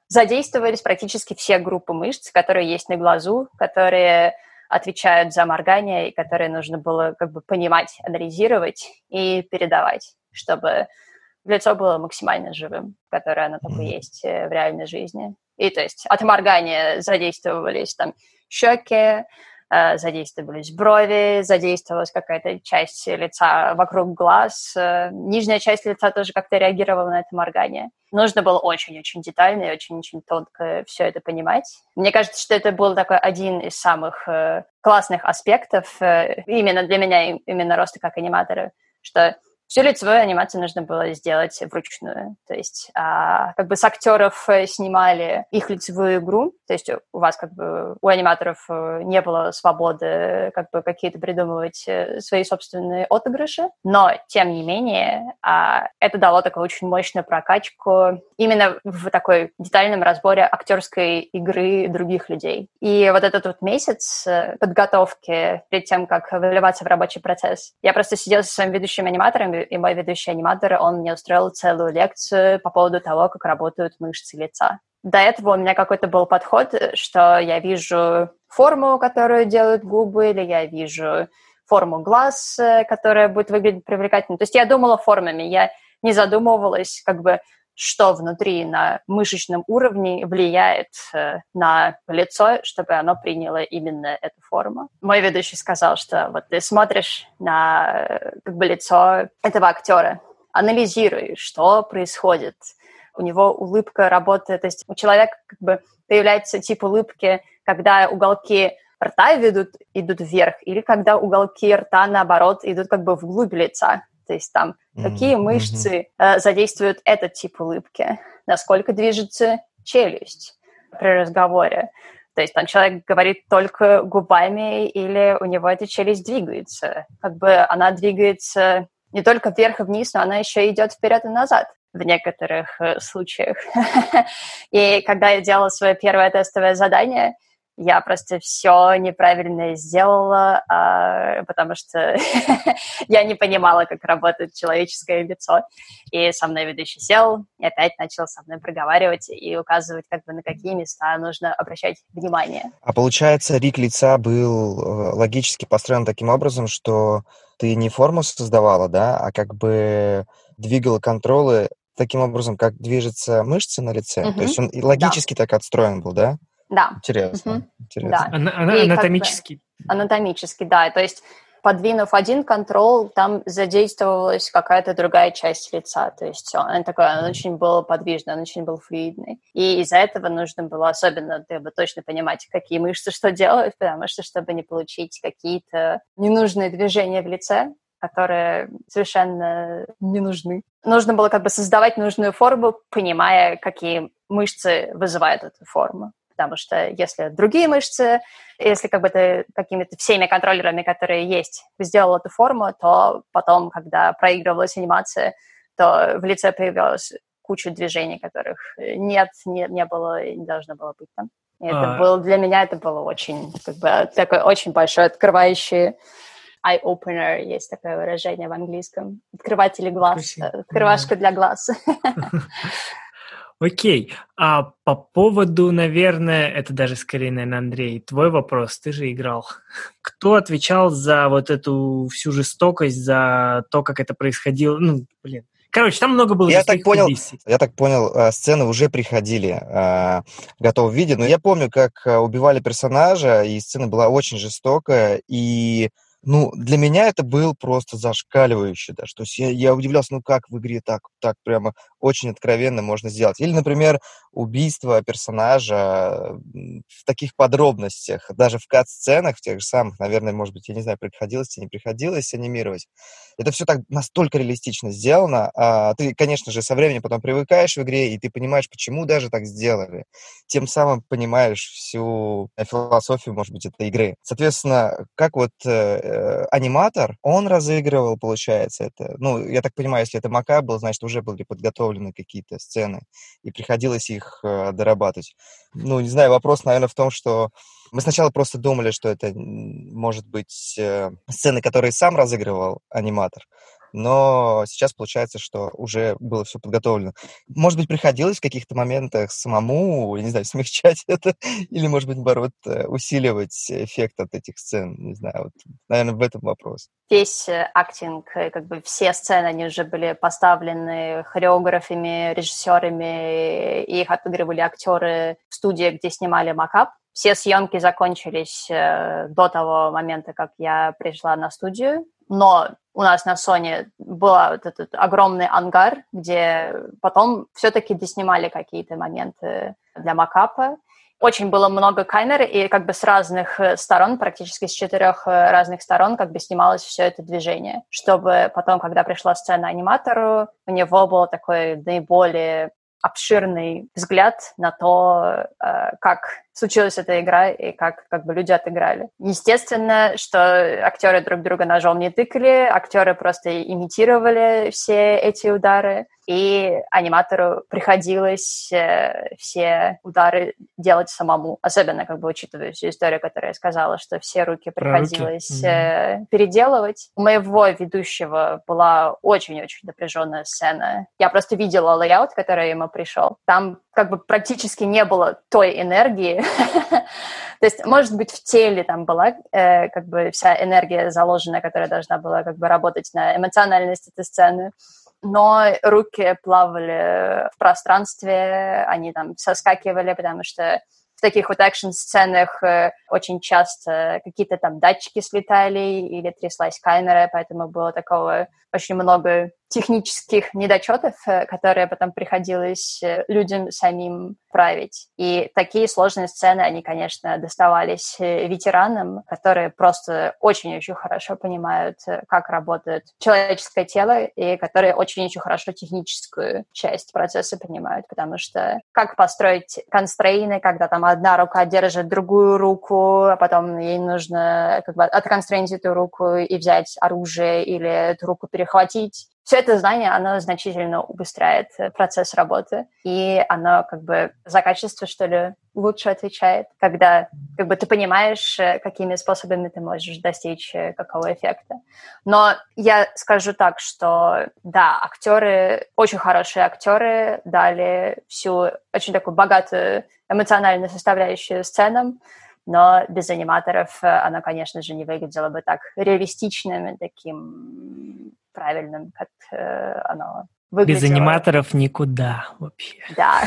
задействовались практически все группы мышц, которые есть на глазу, которые отвечают за моргание и которые нужно было как бы понимать, анализировать и передавать, чтобы лицо было максимально живым, которое оно только есть в реальной жизни. И то есть от моргания задействовались там щеки, задействовались брови, задействовалась какая-то часть лица вокруг глаз, нижняя часть лица тоже как-то реагировала на это моргание. Нужно было очень-очень детально и очень-очень тонко все это понимать. Мне кажется, что это был такой один из самых классных аспектов именно для меня, именно роста как аниматора, что всю лицевую анимацию нужно было сделать вручную. То есть а, как бы с актеров снимали их лицевую игру, то есть у вас как бы у аниматоров не было свободы как бы какие-то придумывать свои собственные отыгрыши, но тем не менее а, это дало такую очень мощную прокачку именно в такой детальном разборе актерской игры других людей. И вот этот вот месяц подготовки перед тем, как выливаться в рабочий процесс, я просто сидела со своим ведущим аниматором, и мой ведущий аниматор, он мне устроил целую лекцию по поводу того, как работают мышцы лица. До этого у меня какой-то был подход, что я вижу форму, которую делают губы, или я вижу форму глаз, которая будет выглядеть привлекательно. То есть я думала формами, я не задумывалась, как бы, что внутри на мышечном уровне влияет на лицо, чтобы оно приняло именно эту форму. Мой ведущий сказал, что вот ты смотришь на как бы лицо этого актера, анализируй, что происходит. У него улыбка работает, то есть у человека как бы появляется тип улыбки, когда уголки рта ведут, идут вверх, или когда уголки рта, наоборот, идут как бы вглубь лица. То есть там mm-hmm. какие мышцы э, задействуют этот тип улыбки, насколько движется челюсть при разговоре. То есть там человек говорит только губами или у него эта челюсть двигается. Как бы она двигается не только вверх и вниз, но она еще идет вперед и назад в некоторых э, случаях. И когда я делала свое первое тестовое задание, я просто все неправильно сделала, а, потому что я не понимала, как работает человеческое лицо. И со мной ведущий сел и опять начал со мной проговаривать и указывать, как бы, на какие места нужно обращать внимание. А получается, рик лица был логически построен таким образом, что ты не форму создавала, да, а как бы двигала контролы таким образом, как движутся мышцы на лице? Mm-hmm. То есть он логически да. так отстроен был, да? Да. Интересно. Угу. Интересно. Да. Ана- анатомически. Как бы, анатомически, да. То есть, подвинув один контрол, там задействовалась какая-то другая часть лица. То есть он такой, он очень был подвижный, он очень был флюидный. И из-за этого нужно было особенно как бы, точно понимать, какие мышцы что делают, потому что, чтобы не получить какие-то ненужные движения в лице, которые совершенно не нужны. Нужно было как бы создавать нужную форму, понимая, какие мышцы вызывают эту форму. Потому что если другие мышцы, если как бы ты какими-то всеми контроллерами, которые есть, сделал эту форму, то потом, когда проигрывалась анимация, то в лице появилась куча движений, которых нет, не, не было и не должно было быть там. И а... это было, для меня это было очень, как бы, такой очень большой открывающий eye-opener, есть такое выражение в английском. Открыватели глаз, Спасибо. Открывашка для глаз. Окей, а по поводу, наверное, это даже скорее, наверное, Андрей, твой вопрос, ты же играл. Кто отвечал за вот эту всю жестокость, за то, как это происходило? Ну, блин. Короче, там много было я так понял, убийств. Я так понял, сцены уже приходили э, в готовом виде, но я помню, как убивали персонажа, и сцена была очень жестокая, и... Ну, для меня это был просто зашкаливающе, да, что я, я удивлялся, ну как в игре так, так прямо очень откровенно можно сделать. Или, например, убийство персонажа в таких подробностях, даже в кат-сценах, в тех же самых, наверное, может быть, я не знаю, приходилось или не приходилось анимировать. Это все так настолько реалистично сделано. А ты, конечно же, со временем потом привыкаешь в игре, и ты понимаешь, почему даже так сделали. Тем самым понимаешь всю философию, может быть, этой игры. Соответственно, как вот э, аниматор, он разыгрывал, получается, это. Ну, я так понимаю, если это мака был, значит, уже были подготовлены какие-то сцены, и приходилось их э, дорабатывать. Ну, не знаю, вопрос, наверное, в том, что мы сначала просто думали, что это, может быть, э, сцены, которые сам разыгрывал аниматор, но сейчас получается, что уже было все подготовлено. Может быть, приходилось в каких-то моментах самому, я не знаю, смягчать это, или, может быть, наоборот, усиливать эффект от этих сцен, не знаю, вот, наверное, в этом вопрос. Весь актинг, как бы все сцены, они уже были поставлены хореографами, режиссерами, и их отыгрывали актеры в студии, где снимали макап. Все съемки закончились до того момента, как я пришла на студию, но у нас на Sony был вот этот огромный ангар, где потом все-таки доснимали какие-то моменты для макапа. Очень было много камер, и как бы с разных сторон, практически с четырех разных сторон, как бы снималось все это движение, чтобы потом, когда пришла сцена аниматору, у него был такой наиболее обширный взгляд на то, как случилась эта игра и как, как бы люди отыграли. Естественно, что актеры друг друга ножом не тыкали, актеры просто имитировали все эти удары, и аниматору приходилось э, все удары делать самому. Особенно, как бы, учитывая всю историю, которую я сказала, что все руки приходилось э, переделывать. У моего ведущего была очень-очень напряженная сцена. Я просто видела лейаут, который ему пришел. Там как бы практически не было той энергии. То есть, может быть, в теле там была э, как бы вся энергия заложенная, которая должна была как бы работать на эмоциональность этой сцены. Но руки плавали в пространстве, они там соскакивали, потому что в таких вот экшн-сценах очень часто какие-то там датчики слетали или тряслась камера, поэтому было такого очень много технических недочетов, которые потом приходилось людям самим править. И такие сложные сцены, они, конечно, доставались ветеранам, которые просто очень-очень хорошо понимают, как работает человеческое тело, и которые очень-очень хорошо техническую часть процесса понимают, потому что как построить констрейны, когда там одна рука держит другую руку, а потом ей нужно как бы отконстрейнить эту руку и взять оружие или эту руку перехватить. Все это знание, оно значительно убыстряет процесс работы, и оно как бы за качество, что ли, лучше отвечает, когда как бы ты понимаешь, какими способами ты можешь достичь какого эффекта. Но я скажу так, что да, актеры, очень хорошие актеры дали всю очень такую богатую эмоциональную составляющую сценам, но без аниматоров оно, конечно же, не выглядело бы так реалистичным и таким правильным, как э, оно выглядело. Без аниматоров никуда вообще. Да.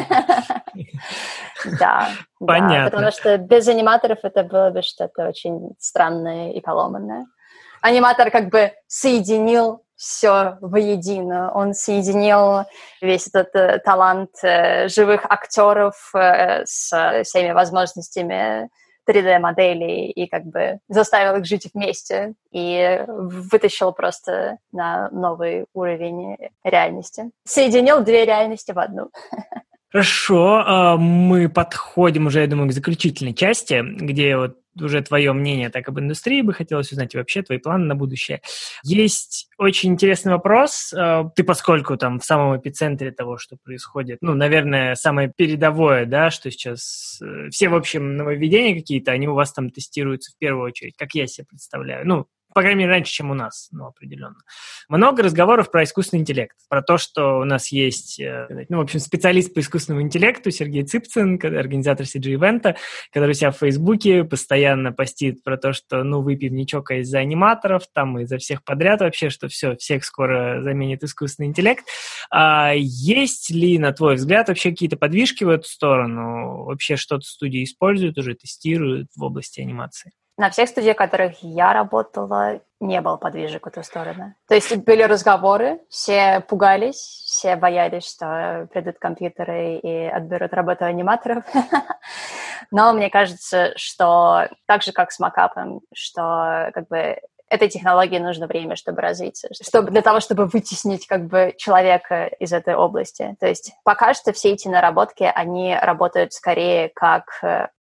Да. Понятно. Потому что без аниматоров это было бы что-то очень странное и поломанное. Аниматор как бы соединил все воедино. Он соединил весь этот э, талант э, живых актеров э, с всеми возможностями три дэ-моделей и как бы заставил их жить вместе и вытащил просто на новый уровень реальности. Соединил две реальности в одну. Хорошо, мы подходим уже, я думаю, к заключительной части, где вот уже твое мнение так об индустрии бы хотелось узнать, и вообще твои планы на будущее. Есть очень интересный вопрос. Ты, поскольку там в самом эпицентре того, что происходит, ну, наверное, самое передовое, да, что сейчас все, в общем, нововведения какие-то, они у вас там тестируются в первую очередь, как я себе представляю. Ну, по крайней мере, раньше, чем у нас, ну, определенно. Много разговоров про искусственный интеллект, про то, что у нас есть, ну, в общем, специалист по искусственному интеллекту Сергей Цыпцин, организатор си джи-ивента, который у себя в Фейсбуке постоянно постит про то, что, ну, выпьем не чокаясь за аниматоров, там, и за всех подряд вообще, что все, всех скоро заменит искусственный интеллект. А есть ли, на твой взгляд, вообще какие-то подвижки в эту сторону? Вообще что-то студии используют уже, тестируют в области анимации? На всех студиях, в которых я работала, не было подвижек в эту сторону. То есть были разговоры, все пугались, все боялись, что придут компьютеры и отберут работу аниматоров. Но мне кажется, что так же, как с макапом, что как бы этой технологии нужно время, чтобы развиться, чтобы, для того, чтобы вытеснить как бы человека из этой области. То есть пока что все эти наработки, они работают скорее как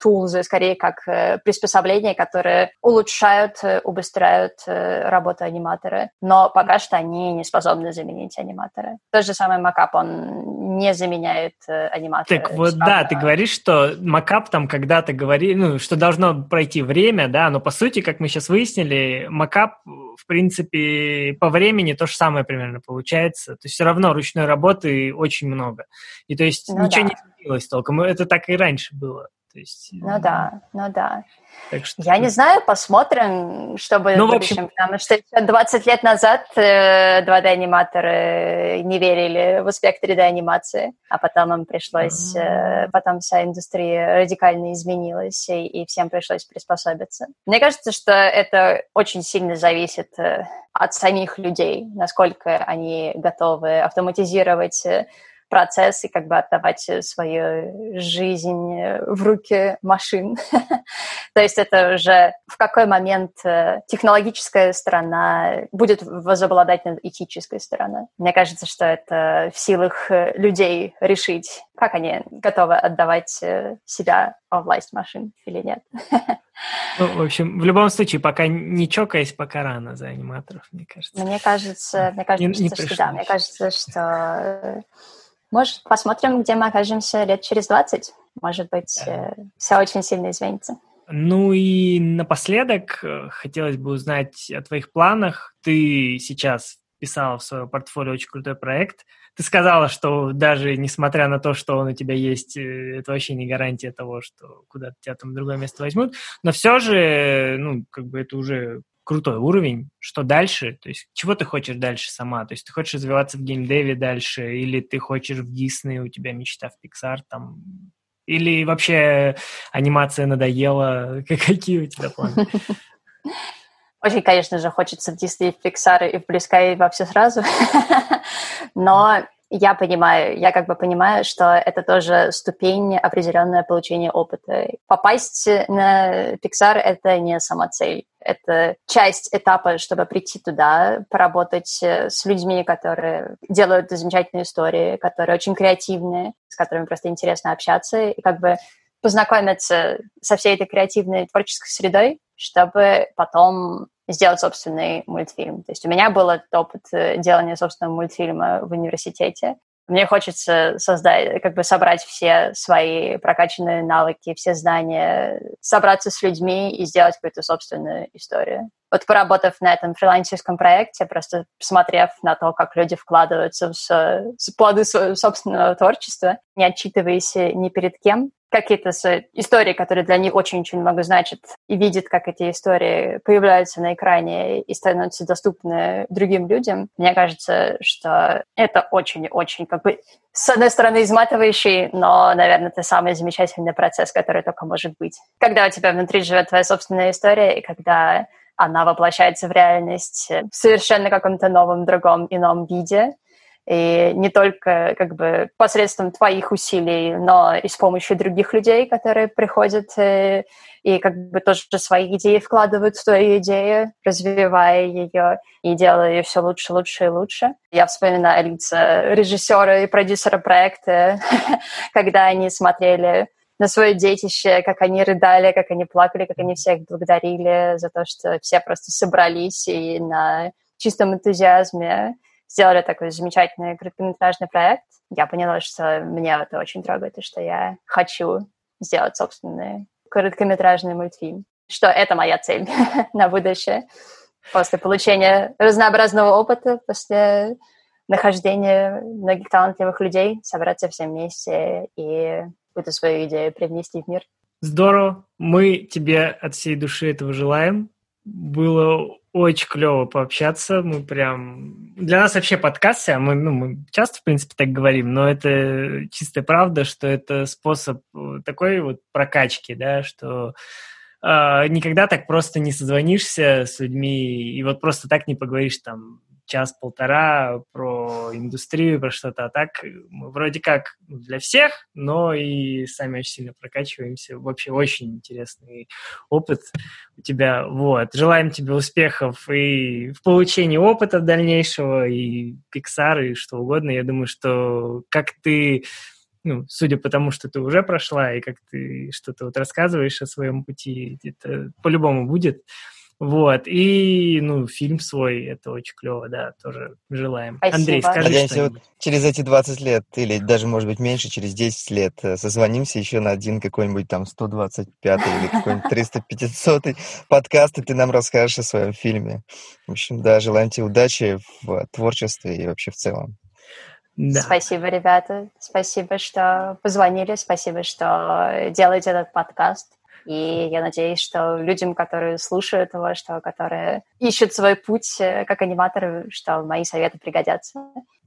тулзы, скорее как приспособления, которые улучшают, убыстряют работу аниматора. Но пока что они не способны заменить аниматора. Тот же самый Mockup, он не заменяет аниматора. Так вот, да, ты говоришь, что Mockup там когда-то говорили, ну, что должно пройти время, да, но по сути, как мы сейчас выяснили, Mockup, в принципе, по времени то же самое примерно получается. То есть все равно ручной работы очень много. И то есть ну, ничего да. не изменилось толком. Это так и раньше было. То есть, ну да, ну да. Так что... Я не знаю, посмотрим, что будет ну, в будущем, в общем... потому что еще двадцать лет назад два дэ-аниматоры не верили в успех три дэ-анимации, а потом им пришлось, mm-hmm. потом вся индустрия радикально изменилась, и, и всем пришлось приспособиться. Мне кажется, что это очень сильно зависит от самих людей, насколько они готовы автоматизировать процесс и как бы отдавать свою жизнь в руки машин. То есть это уже в какой момент технологическая сторона будет возобладать над этической стороной. Мне кажется, что это в силах людей решить, как они готовы отдавать себя во власть машин или нет. Ну, в общем, в любом случае, пока не чокаясь, пока рано за аниматоров, мне кажется. Мне кажется, мне кажется, не, не что да. Мне кажется, что... Может, посмотрим, где мы окажемся лет через двадцать. Может быть, да. все очень сильно изменится. Ну и напоследок хотелось бы узнать о твоих планах. Ты сейчас писала в свое портфолио очень крутой проект. Ты сказала, что даже несмотря на то, что он у тебя есть, это вообще не гарантия того, что куда-то тебя там в другое место возьмут. Но все же, ну, как бы это уже... крутой уровень. Что дальше? То есть, чего ты хочешь дальше сама? То есть, ты хочешь развиваться в геймдеве дальше? Или ты хочешь в Disney, у тебя мечта в Pixar там? Или вообще анимация надоела? Какие у тебя планы? Очень, конечно же, хочется в Disney, в Pixar и в Blue Sky во все сразу. Но я понимаю, я как бы понимаю, что это тоже ступень определенное получения опыта. Попасть на Pixar — это не самоцель. Это часть этапа, чтобы прийти туда, поработать с людьми, которые делают замечательные истории, которые очень креативные, с которыми просто интересно общаться, и как бы познакомиться со всей этой креативной творческой средой, чтобы потом сделать собственный мультфильм. То есть у меня был этот опыт делания собственного мультфильма в университете. Мне хочется создать, как бы собрать все свои прокачанные навыки, все знания, собраться с людьми и сделать какую-то собственную историю. Вот поработав на этом фрилансерском проекте, просто посмотрев на то, как люди вкладываются в, в плоды своего собственного творчества, не отчитываясь ни перед кем, какие-то истории, которые для них очень-очень много значат, и видят, как эти истории появляются на экране и становятся доступны другим людям, мне кажется, что это очень-очень, как бы, с одной стороны, изматывающий, но, наверное, это самый замечательный процесс, который только может быть. Когда у тебя внутри живет твоя собственная история, и когда она воплощается в реальность в совершенно каком-то новом, другом, ином виде, и не только как бы посредством твоих усилий, но и с помощью других людей, которые приходят и, и как бы тоже свои идеи вкладывают в твою идею, развивая ее и делая ее все лучше, лучше и лучше. Я вспоминаю лица режиссера и продюсера проекта, когда они смотрели на свое детище, как они рыдали, как они плакали, как они всех благодарили за то, что все просто собрались и на чистом энтузиазме сделали такой замечательный короткометражный проект. Я поняла, что меня это очень трогает, и что я хочу сделать собственный короткометражный мультфильм. Что это моя цель на будущее. После получения разнообразного опыта, после нахождения многих талантливых людей, собраться все вместе и какую-то свою идею привнести в мир. Здорово. Мы тебе от всей души этого желаем. Было очень клево пообщаться. Мы прям... Для нас вообще подкаст, мы, ну, мы часто, в принципе, так говорим, но это чистая правда, что это способ такой вот прокачки, да, что э, никогда так просто не созвонишься с людьми и вот просто так не поговоришь там час-полтора про индустрию, про что-то. А так мы вроде как для всех, но и сами очень сильно прокачиваемся. Вообще очень интересный опыт у тебя. Вот. Желаем тебе успехов и в получении опыта дальнейшего, и Pixar, и что угодно. Я думаю, что как ты ну, судя по тому, что ты уже прошла, и как ты что-то вот рассказываешь о своем пути, это по-любому будет. Вот, и, ну, фильм свой, это очень клево, да, тоже желаем. Спасибо. Андрей, скажи Надеемся, что-нибудь. вот через эти двадцать лет, или даже, может быть, меньше, через десять лет, созвонимся еще на один какой-нибудь там сто двадцать пятый или какой-нибудь триста пятисотый подкаст, и ты нам расскажешь о своем фильме. В общем, да, желаем тебе удачи в творчестве и вообще в целом. Да. Спасибо, ребята. Спасибо, что позвонили. Спасибо, что делаете этот подкаст. И я надеюсь, что людям, которые слушают его, что которые ищут свой путь как аниматоры, что мои советы пригодятся.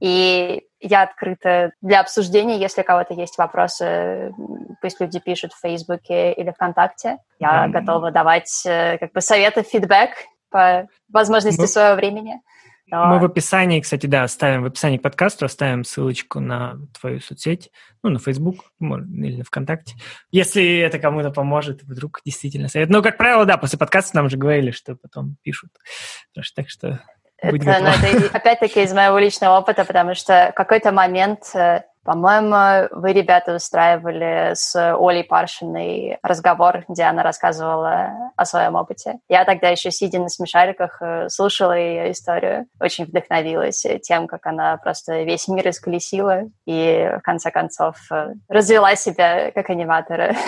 И я открыта для обсуждения. Если у кого-то есть вопросы, пусть люди пишут в Фейсбуке или ВКонтакте. Я mm-hmm. готова давать как бы советы, фидбэк по возможности mm-hmm. своего времени. Но... Мы в описании, кстати, да, оставим в описании к подкасту, оставим ссылочку на твою соцсеть, ну, на Facebook или на ВКонтакте. Если это кому-то поможет, вдруг действительно совет. Но, как правило, да, после подкаста нам уже говорили, что потом пишут. Так что будь это, ну, это опять-таки из моего личного опыта, потому что в какой-то момент... По-моему, вы, ребята, устраивали с Олей Паршиной разговор, где она рассказывала о своем опыте. Я тогда еще, сидя на смешариках, слушала ее историю. Очень вдохновилась тем, как она просто весь мир исколесила и, в конце концов, развела себя как аниматора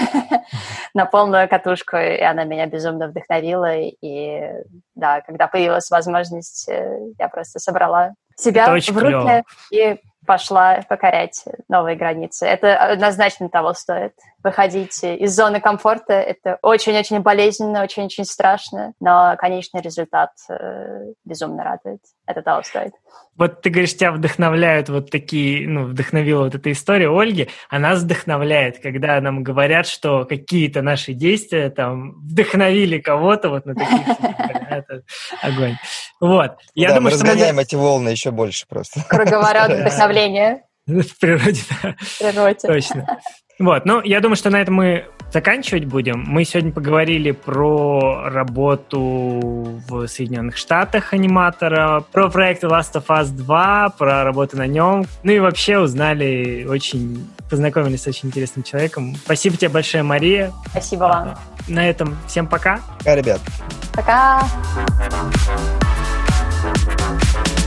на полную катушку, и она меня безумно вдохновила. И, да, когда появилась возможность, я просто собрала себя в руки и пошла покорять новые границы. Это однозначно того стоит. Выходить из зоны комфорта — это очень-очень болезненно, очень-очень страшно, но конечный результат э, безумно радует. Это того стоит. Вот ты говоришь, тебя вдохновляют вот такие, ну, вдохновила вот эта история Ольги, а нас вдохновляет, когда нам говорят, что какие-то наши действия там вдохновили кого-то вот на таких, это огонь. Вот. Я думаю, что мы разгоняем эти волны еще больше просто. Круговорот вдохновления. В природе, да. В природе. Точно. Вот, ну, я думаю, что на этом мы заканчивать будем. Мы сегодня поговорили про работу в Соединенных Штатах аниматора, про проект Last of Us два, про работу на нем. Ну и вообще узнали очень, познакомились с очень интересным человеком. Спасибо тебе большое, Мария. Спасибо вам. На этом всем пока. Пока, ребят. Пока.